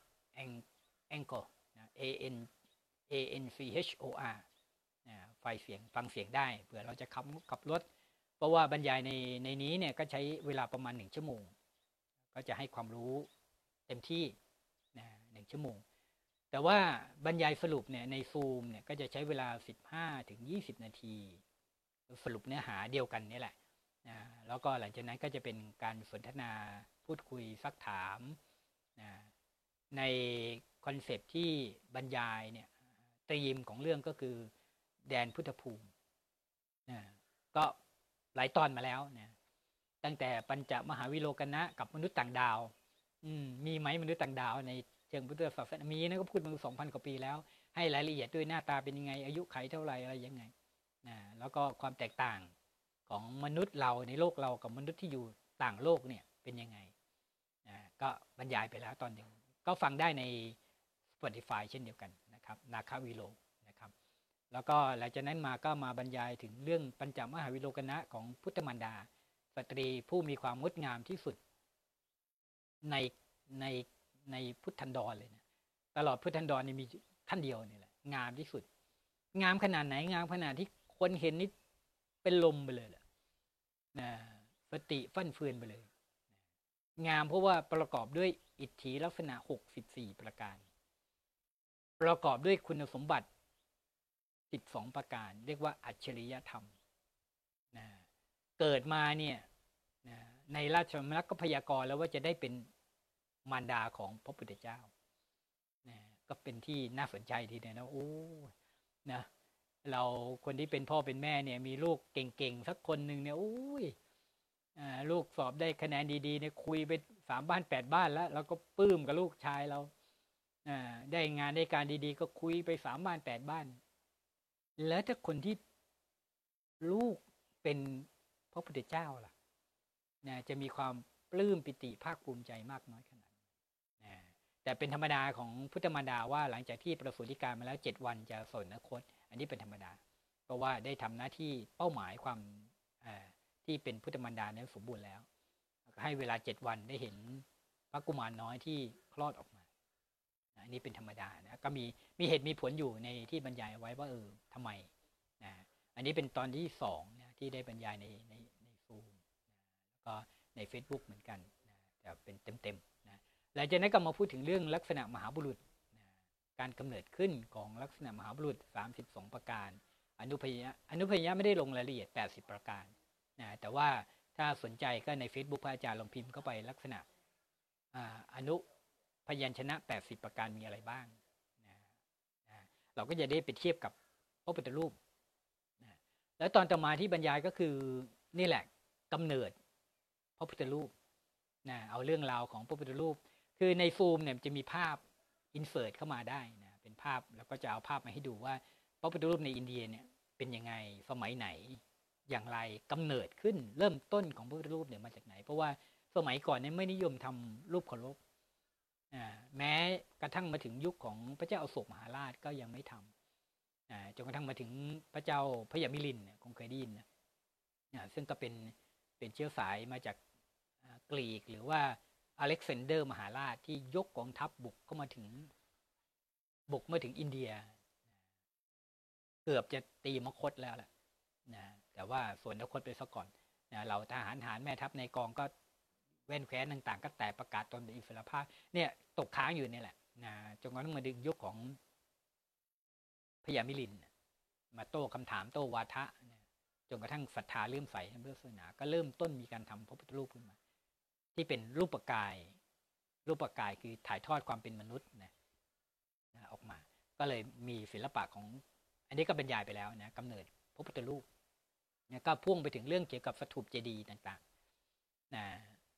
Anchor นะ A N A N C H O R นะไฟล์เสียงฟังเสียงได้เผื่อเราจะขับขับรถเพราะว่าบรรยายในในนี้เนี่ยก็ใช้เวลาประมาณหนึ่งชั่วโมงก็จะให้ความรู้เต็มที่นะหนึ่งชั่วโมงแต่ว่าบรรยายสรุปเนี่ยในซูมเนี่ยก็จะใช้เวลา สิบห้าถึงยี่สิบ นาทีสรุปเนื้อหาเดียวกันนี่แหละนะแล้วก็หลังจากนั้นก็จะเป็นการสนทนาพูดคุยซักถามนะในคอนเซปต์ที่บรรยายเนี่ยธีมของเรื่องก็คือแดนพุทธภูมินะก็หลายตอนมาแล้วนะตั้งแต่ปัญจมหาวิโลกนะกับมนุษย์ต่างดาวอืมมีไหมมนุษย์ต่างดาวในเชิงพุทธศาสนามีนะก็พูดมาสองพันกว่าปีแล้วให้รายละเอียดด้วยหน้าตาเป็นยังไงอายุไขเท่าไหร่อะไรยังไงนะแล้วก็ความแตกต่างของมนุษย์เราในโลกเรากับมนุษย์ที่อยู่ต่างโลกเนี่ยเป็นยังไงนะก็บรรยายไปแล้วตอนหนึ่งก็ฟังได้ใน Spotify เช่นเดียวกันนะครับนาคาวิโลนะครับแล้วก็หลังจากนั้นมาก็มาบรรยายถึงเรื่องปัญจมหาวิโลกนะของพุทธมารดาสตรีผู้มีความงดงามที่สุดในในในพุทธันดรเลยนะตลอดพุทธันดรนี่มีท่านเดียวนี่แหละงามที่สุดงามขนาดไหนงามขนาดที่คคนเห็นนี่เป็นลมไปเลยแหละนะสติฟั่นเฟือนไปเลยงามเพราะว่าประกอบด้วยอิทธิลักษณะหกสิบสี่ประการประกอบด้วยคุณสมบัติสิบสองประการเรียกว่าอัจฉริยธรรมนะเกิดมาเนี่ยนะในราชสำนักก็พยากรณ์แล้วว่าจะได้เป็นมารดาของพระพุทธเจ้านะก็เป็นที่น่าสนใจทีเดียวนะโอ้นะเราคนที่เป็นพ่อเป็นแม่เนี่ยมีลูกเก่งๆสักคนหนึ่งเนี่ยโอ้ยลูกสอบได้คะแนนดีๆเนี่ยคุยไปสามบ้านแปดบ้านแล้วเราก็ปลื้มกับลูกชายเราได้งานได้การดีๆก็คุยไปสามบ้านแปดบ้านแล้วถ้าคนที่ลูกเป็นพระพุทธเจ้าล่ะนะจะมีความปลื้มปิติภาคภูมิใจมากน้อยขนาดนะแต่เป็นธรรมดาของพุทธมารดาว่าหลังจากที่ประสูติการมาแล้วเจ็ดวันจะสนคตอันนี้เป็นธรรมดาเพราะว่าได้ทำหน้าที่เป้าหมายความที่เป็นพุทธมารดานั้นสมบูรณ์แล้วให้เวลาเจ็ดวันได้เห็นพระกุมารน้อยที่คลอดออกมาอันนี้เป็นธรรมดานะก็มีมีเหตุมีผลอยู่ในที่บรรยายไว้ว่าเออทำไมนะอันนี้เป็นตอนที่สองนะที่ได้บรรยายในในในซูมนะแล้วก็ใน Facebook เหมือนกันนะแต่เป็นเต็มๆนะหลังจากนั้นก็มาพูดถึงเรื่องลักษณะมหาบุรุษนะการกำเนิดขึ้นของลักษณะมหาบุรุษสามสิบสองประการอนุพยะอนุพยะไม่ได้ลงรายละเอียดแปดสิบประการนะแต่ว่าถ้าสนใจก็ใน Facebook พระอาจารย์ลองพิมพ์เข้าไปลักษณะอนุพยัญชนะแปดสิบประการมีอะไรบ้างนะนะเราก็จะได้ไปเทียบกับพระพุทธรูปนะแล้วตอนต่อมาที่บรรยายก็คือนี่แหละกำเนิดพระพุทธรูปนะเอาเรื่องราวของพระพุทธรูปคือในซูมเนี่ยจะมีภาพอินเสิร์ตเข้ามาได้นะเป็นภาพแล้วก็จะเอาภาพมาให้ดูว่าพระพุทธรูปในอินเดียเนี่ยเป็นยังไงสมัยไหนอย่างไรกำเนิดขึ้นเริ่มต้นของพระพุทธรูปเนี่ยมาจากไหนเพราะว่าสมัยก่อนเนี่ยไม่นิยมทำรูปเคารพแม้กระทั่งมาถึงยุคของพระเจ้าอโศกมหาราชก็ยังไม่ทำจนกระทั่งมาถึงพระเจ้าพยามิลินเนี่ยคงเคยได้ยินนะซึ่งก็เป็นเป็นเชื้อสายมาจากกรีกหรือว่าอเล็กซานเดอร์มหาราชที่ยกกองทัพบุกเข้ามาถึงบุกมาถึงอินเดียเกือบจะตีมคธแล้วแหละนะแต่ว่าส่วนนคตไปซะก่อนนะเราทหารหารแม่ทัพในกองก็แว่นแคว้นต่างๆก็แต่ประกาศตนเป็นอิสรภาพเนี่ยตกค้างอยู่นี่แหละนะจนกระทั่งมาดึงยุคของพญามิลินมาโต้คำถามโต้วาทะจนกระทั่งศรัทธาเลื่อมใสในพระศาสนาก็เริ่มต้นมีการทำพระพุทธรูปขึ้นมาที่เป็นรูปกายรูปกายคือถ่ายทอดความเป็นมนุษย์นะออกมาก็เลยมีศิลปะของอันนี้ก็บรรยายไปแล้วนะกำเนิดพระพุทธรูปเนี่ยก็พ่วงไปถึงเรื่องเกี่ยวกับสถูปเจดีย์ต่างๆนะ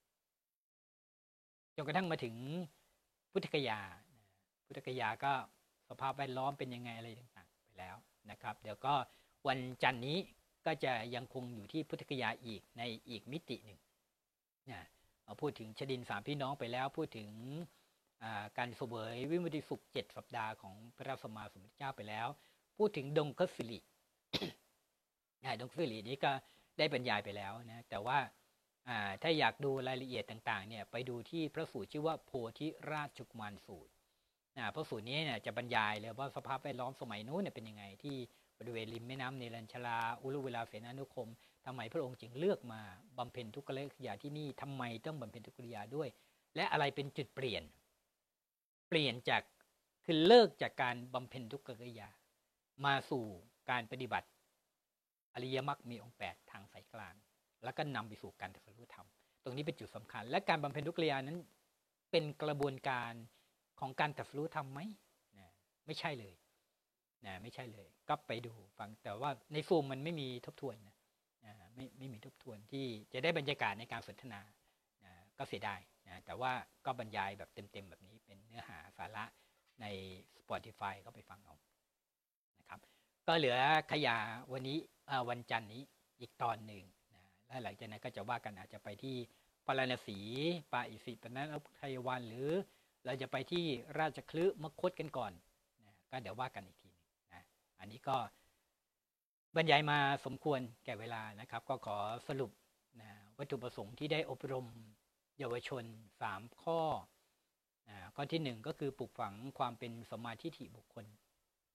จนกระทั่งมาถึงพุทธกยาพุทธกยาก็สภาพแวดล้อมเป็นยังไงอะไรต่างๆไปแล้วนะครับเดี๋ยวก็วันจันทร์นี้ก็จะยังคงอยู่ที่พุทธกยาอีกในอีกมิติหนึ่งนะเราพูดถึงชดินสามพี่น้องไปแล้วพูดถึงการเสวยวิมุตติสุขเจ็ดสัปดาห์ของพระสัมมาสัมพุทธเจ้าไปแล้วพูดถึงดงคสิริดงคสิรินี้ก็ได้บรรยายไปแล้วนะแต่ว่าถ้าอยากดูรายละเอียดต่างๆเนี่ยไปดูที่พระสูตรชื่อว่าโพธิราชกุมารสูตรนะพระสูตรนี้เนี่ยจะบรรยายเลยว่าสภาพแวดล้อมสมัยนู้นเนี่ยเป็นยังไงที่บริเวณริมแม่น้ำเนรัญชราอุรุเวลาเสนานุคมทำไมพระองค์จึงเลือกมาบำเพ็ญทุกขกิริยาที่นี่ทำไมต้องบำเพ็ญทุกขกิริยาด้วยและอะไรเป็นจุดเปลี่ยนเปลี่ยนจากคือเลิกจากการบำเพ็ญทุกขกิริยามาสู่การปฏิบัติอริยมรรคมีองค์แปดทางสายกลางแล้วก็นำไปสู่การตรัสรู้ธรรมตรงนี้เป็นจุดสำคัญและการบำเพ็ญทุกขกิริยานั้นเป็นกระบวนการของการตรัสรู้ธรรมไหมนะไม่ใช่เลยนะไม่ใช่เลยก็ไปดูฟังแต่ว่าในฟูมมันไม่มีทบทวนนะนะไม่ไม่มีทบทวนที่จะได้บรรยากาศในการสนทนานะก็เสียดายนะแต่ว่าก็บรรยายแบบเต็มๆแบบนี้เป็นเนื้อหาสาระใน Spotify ก็ไปฟังเอานะครับก็เหลือขยาวันนี้วันจันทร์นี้อีกตอนหนึ่งนะและหลังจากนั้นก็จะว่ากันอาจจะไปที่ปาราณสีปาอิสิปนะพุทธยวันหรือเราจะไปที่ราชคฤห์มคธกันก่อนนะก็เดี๋ยวว่ากันอีกทีนะอันนี้ก็บรรยายมาสมควรแก่เวลานะครับก็ขอสรุปนะวัตถุประสงค์ที่ได้อบรมเยาวชนสามข้อนะข้อที่หนึ่งก็คือปลูกฝังความเป็นสัมมาทิฏฐิบุคคล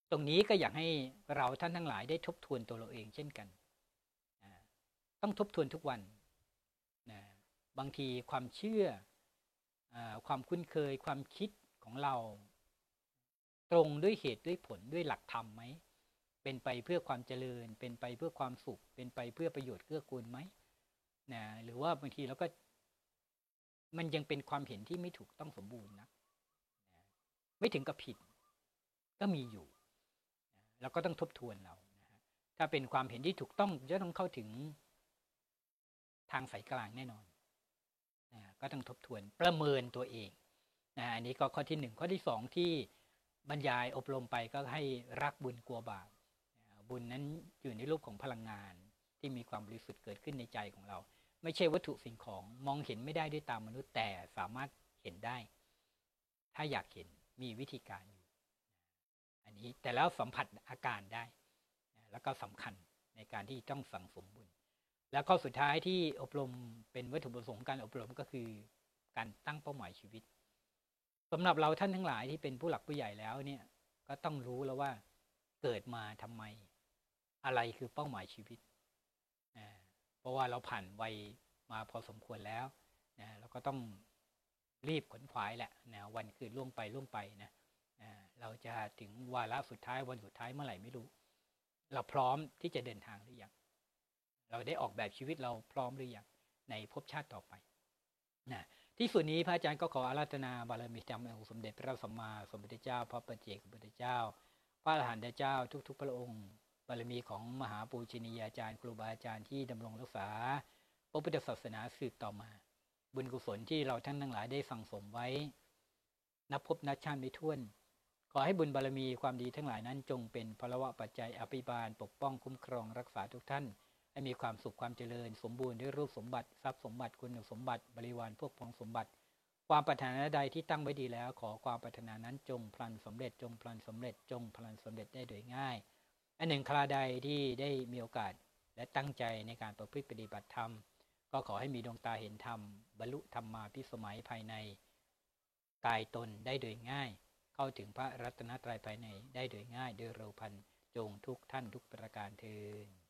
ตรงนี้ก็อยากให้เราท่านทั้งหลายได้ทบทวนตัวเราเองเช่นกันต้องทบทวนทุกวันนะบางทีความเชื่อความคุ้นเคยความคิดของเราตรงด้วยเหตุด้วยผลด้วยหลักธรรมไหมเป็นไปเพื่อความเจริญเป็นไปเพื่อความสุขเป็นไปเพื่อประโยชน์เกื้อกูลไหมนะหรือว่าบางทีเราก็มันยังเป็นความเห็นที่ไม่ถูกต้องสมบูรณ์นะไม่ถึงกับผิดก็มีอยู่เราก็ต้องทบทวนเรานะถ้าเป็นความเห็นที่ถูกต้องจะต้องเข้าถึงทางสายกลางแน่นอนนะก็ต้องทบทวนประเมินตัวเองนะอันนี้ก็ข้อที่หนึ่งข้อที่สองที่บรรยายอบรมไปก็ให้รักบุญกลัวบาปบุญนั้นอยู่ในรูปของพลังงานที่มีความบริสุทธิ์เกิดขึ้นในใจของเราไม่ใช่วัตถุสิ่งของมองเห็นไม่ได้ด้วยตามนุษย์แต่สามารถเห็นได้ถ้าอยากเห็นมีวิธีการอยู่อันนี้แต่แล้วสัมผัสอาการได้แล้วก็สำคัญในการที่ต้องสั่งสมบุญแล้วก็สุดท้ายที่อบรมเป็นวัตถุประสงค์การอบรมก็คือการตั้งเป้าหมายชีวิตสำหรับเราท่านทั้งหลายที่เป็นผู้หลักผู้ใหญ่แล้วเนี่ยก็ต้องรู้แล้วว่าเกิดมาทำไมอะไรคือเป้าหมายชีวิตเพราะว่าเราผ่านวัยมาพอสมควรแล้วนะเราก็ต้องรีบขนขวายแหละนะวันคืนล่วงไปล่วงไปนะเราจะถึงวาระสุดท้ายวันสุดท้ายเมื่อไหร่ไม่รู้เราพร้อมที่จะเดินทางหรือยังเราได้ออกแบบชีวิตเราพร้อมหรือยังในภพชาติต่อไปนะที่ส่วนนี้พระอาจารย์ก็ขออาราธนาบารมีธรรมองค์สมเด็จพระสัมมาสัมพุทธเจ้าพระปัจเจกพุทธเจ้าพระอรหันตเจ้าทุกๆพระองค์บารมีของมหาปูชนียาจารย์ครูบาอาจารย์ที่ดำรงรักษาพระพุทธศาสนาสืบต่อมาบุญกุศลที่เราท่านทั้งหลายได้สั่งสมไว้นับพบนับชาติไม่ถ้วนขอให้บุญบารมีความดีทั้งหลายนั้นจงเป็นพลวะปัจจัยอภิบาลปกป้องคุ้มครองรักษาทุกท่านให้มีความสุขความเจริญสมบูรณ์ด้วยรูปสมบัติทรัพย์สมบัติคุณสมบัติบริวารพวกพ้องสมบัติความปรารถนาใดที่ตั้งไว้ดีแล้วขอความปรารถนานั้นจงพลันสำเร็จจงพลันสำเร็จจงพลันสำเร็จได้โดยง่ายอันหนึ่งคราใดที่ได้มีโอกาสและตั้งใจในการประพฤติปฏิบัติธรรมก็ขอให้มีดวงตาเห็นธรรมบรรลุธรรมมาภิสมัยภายในกายตนได้โดยง่ายเข้าถึงพระรัตนตรัยภายในได้โดยง่ายโดยเร็วพลันจงทุกท่านทุกประการเทอญ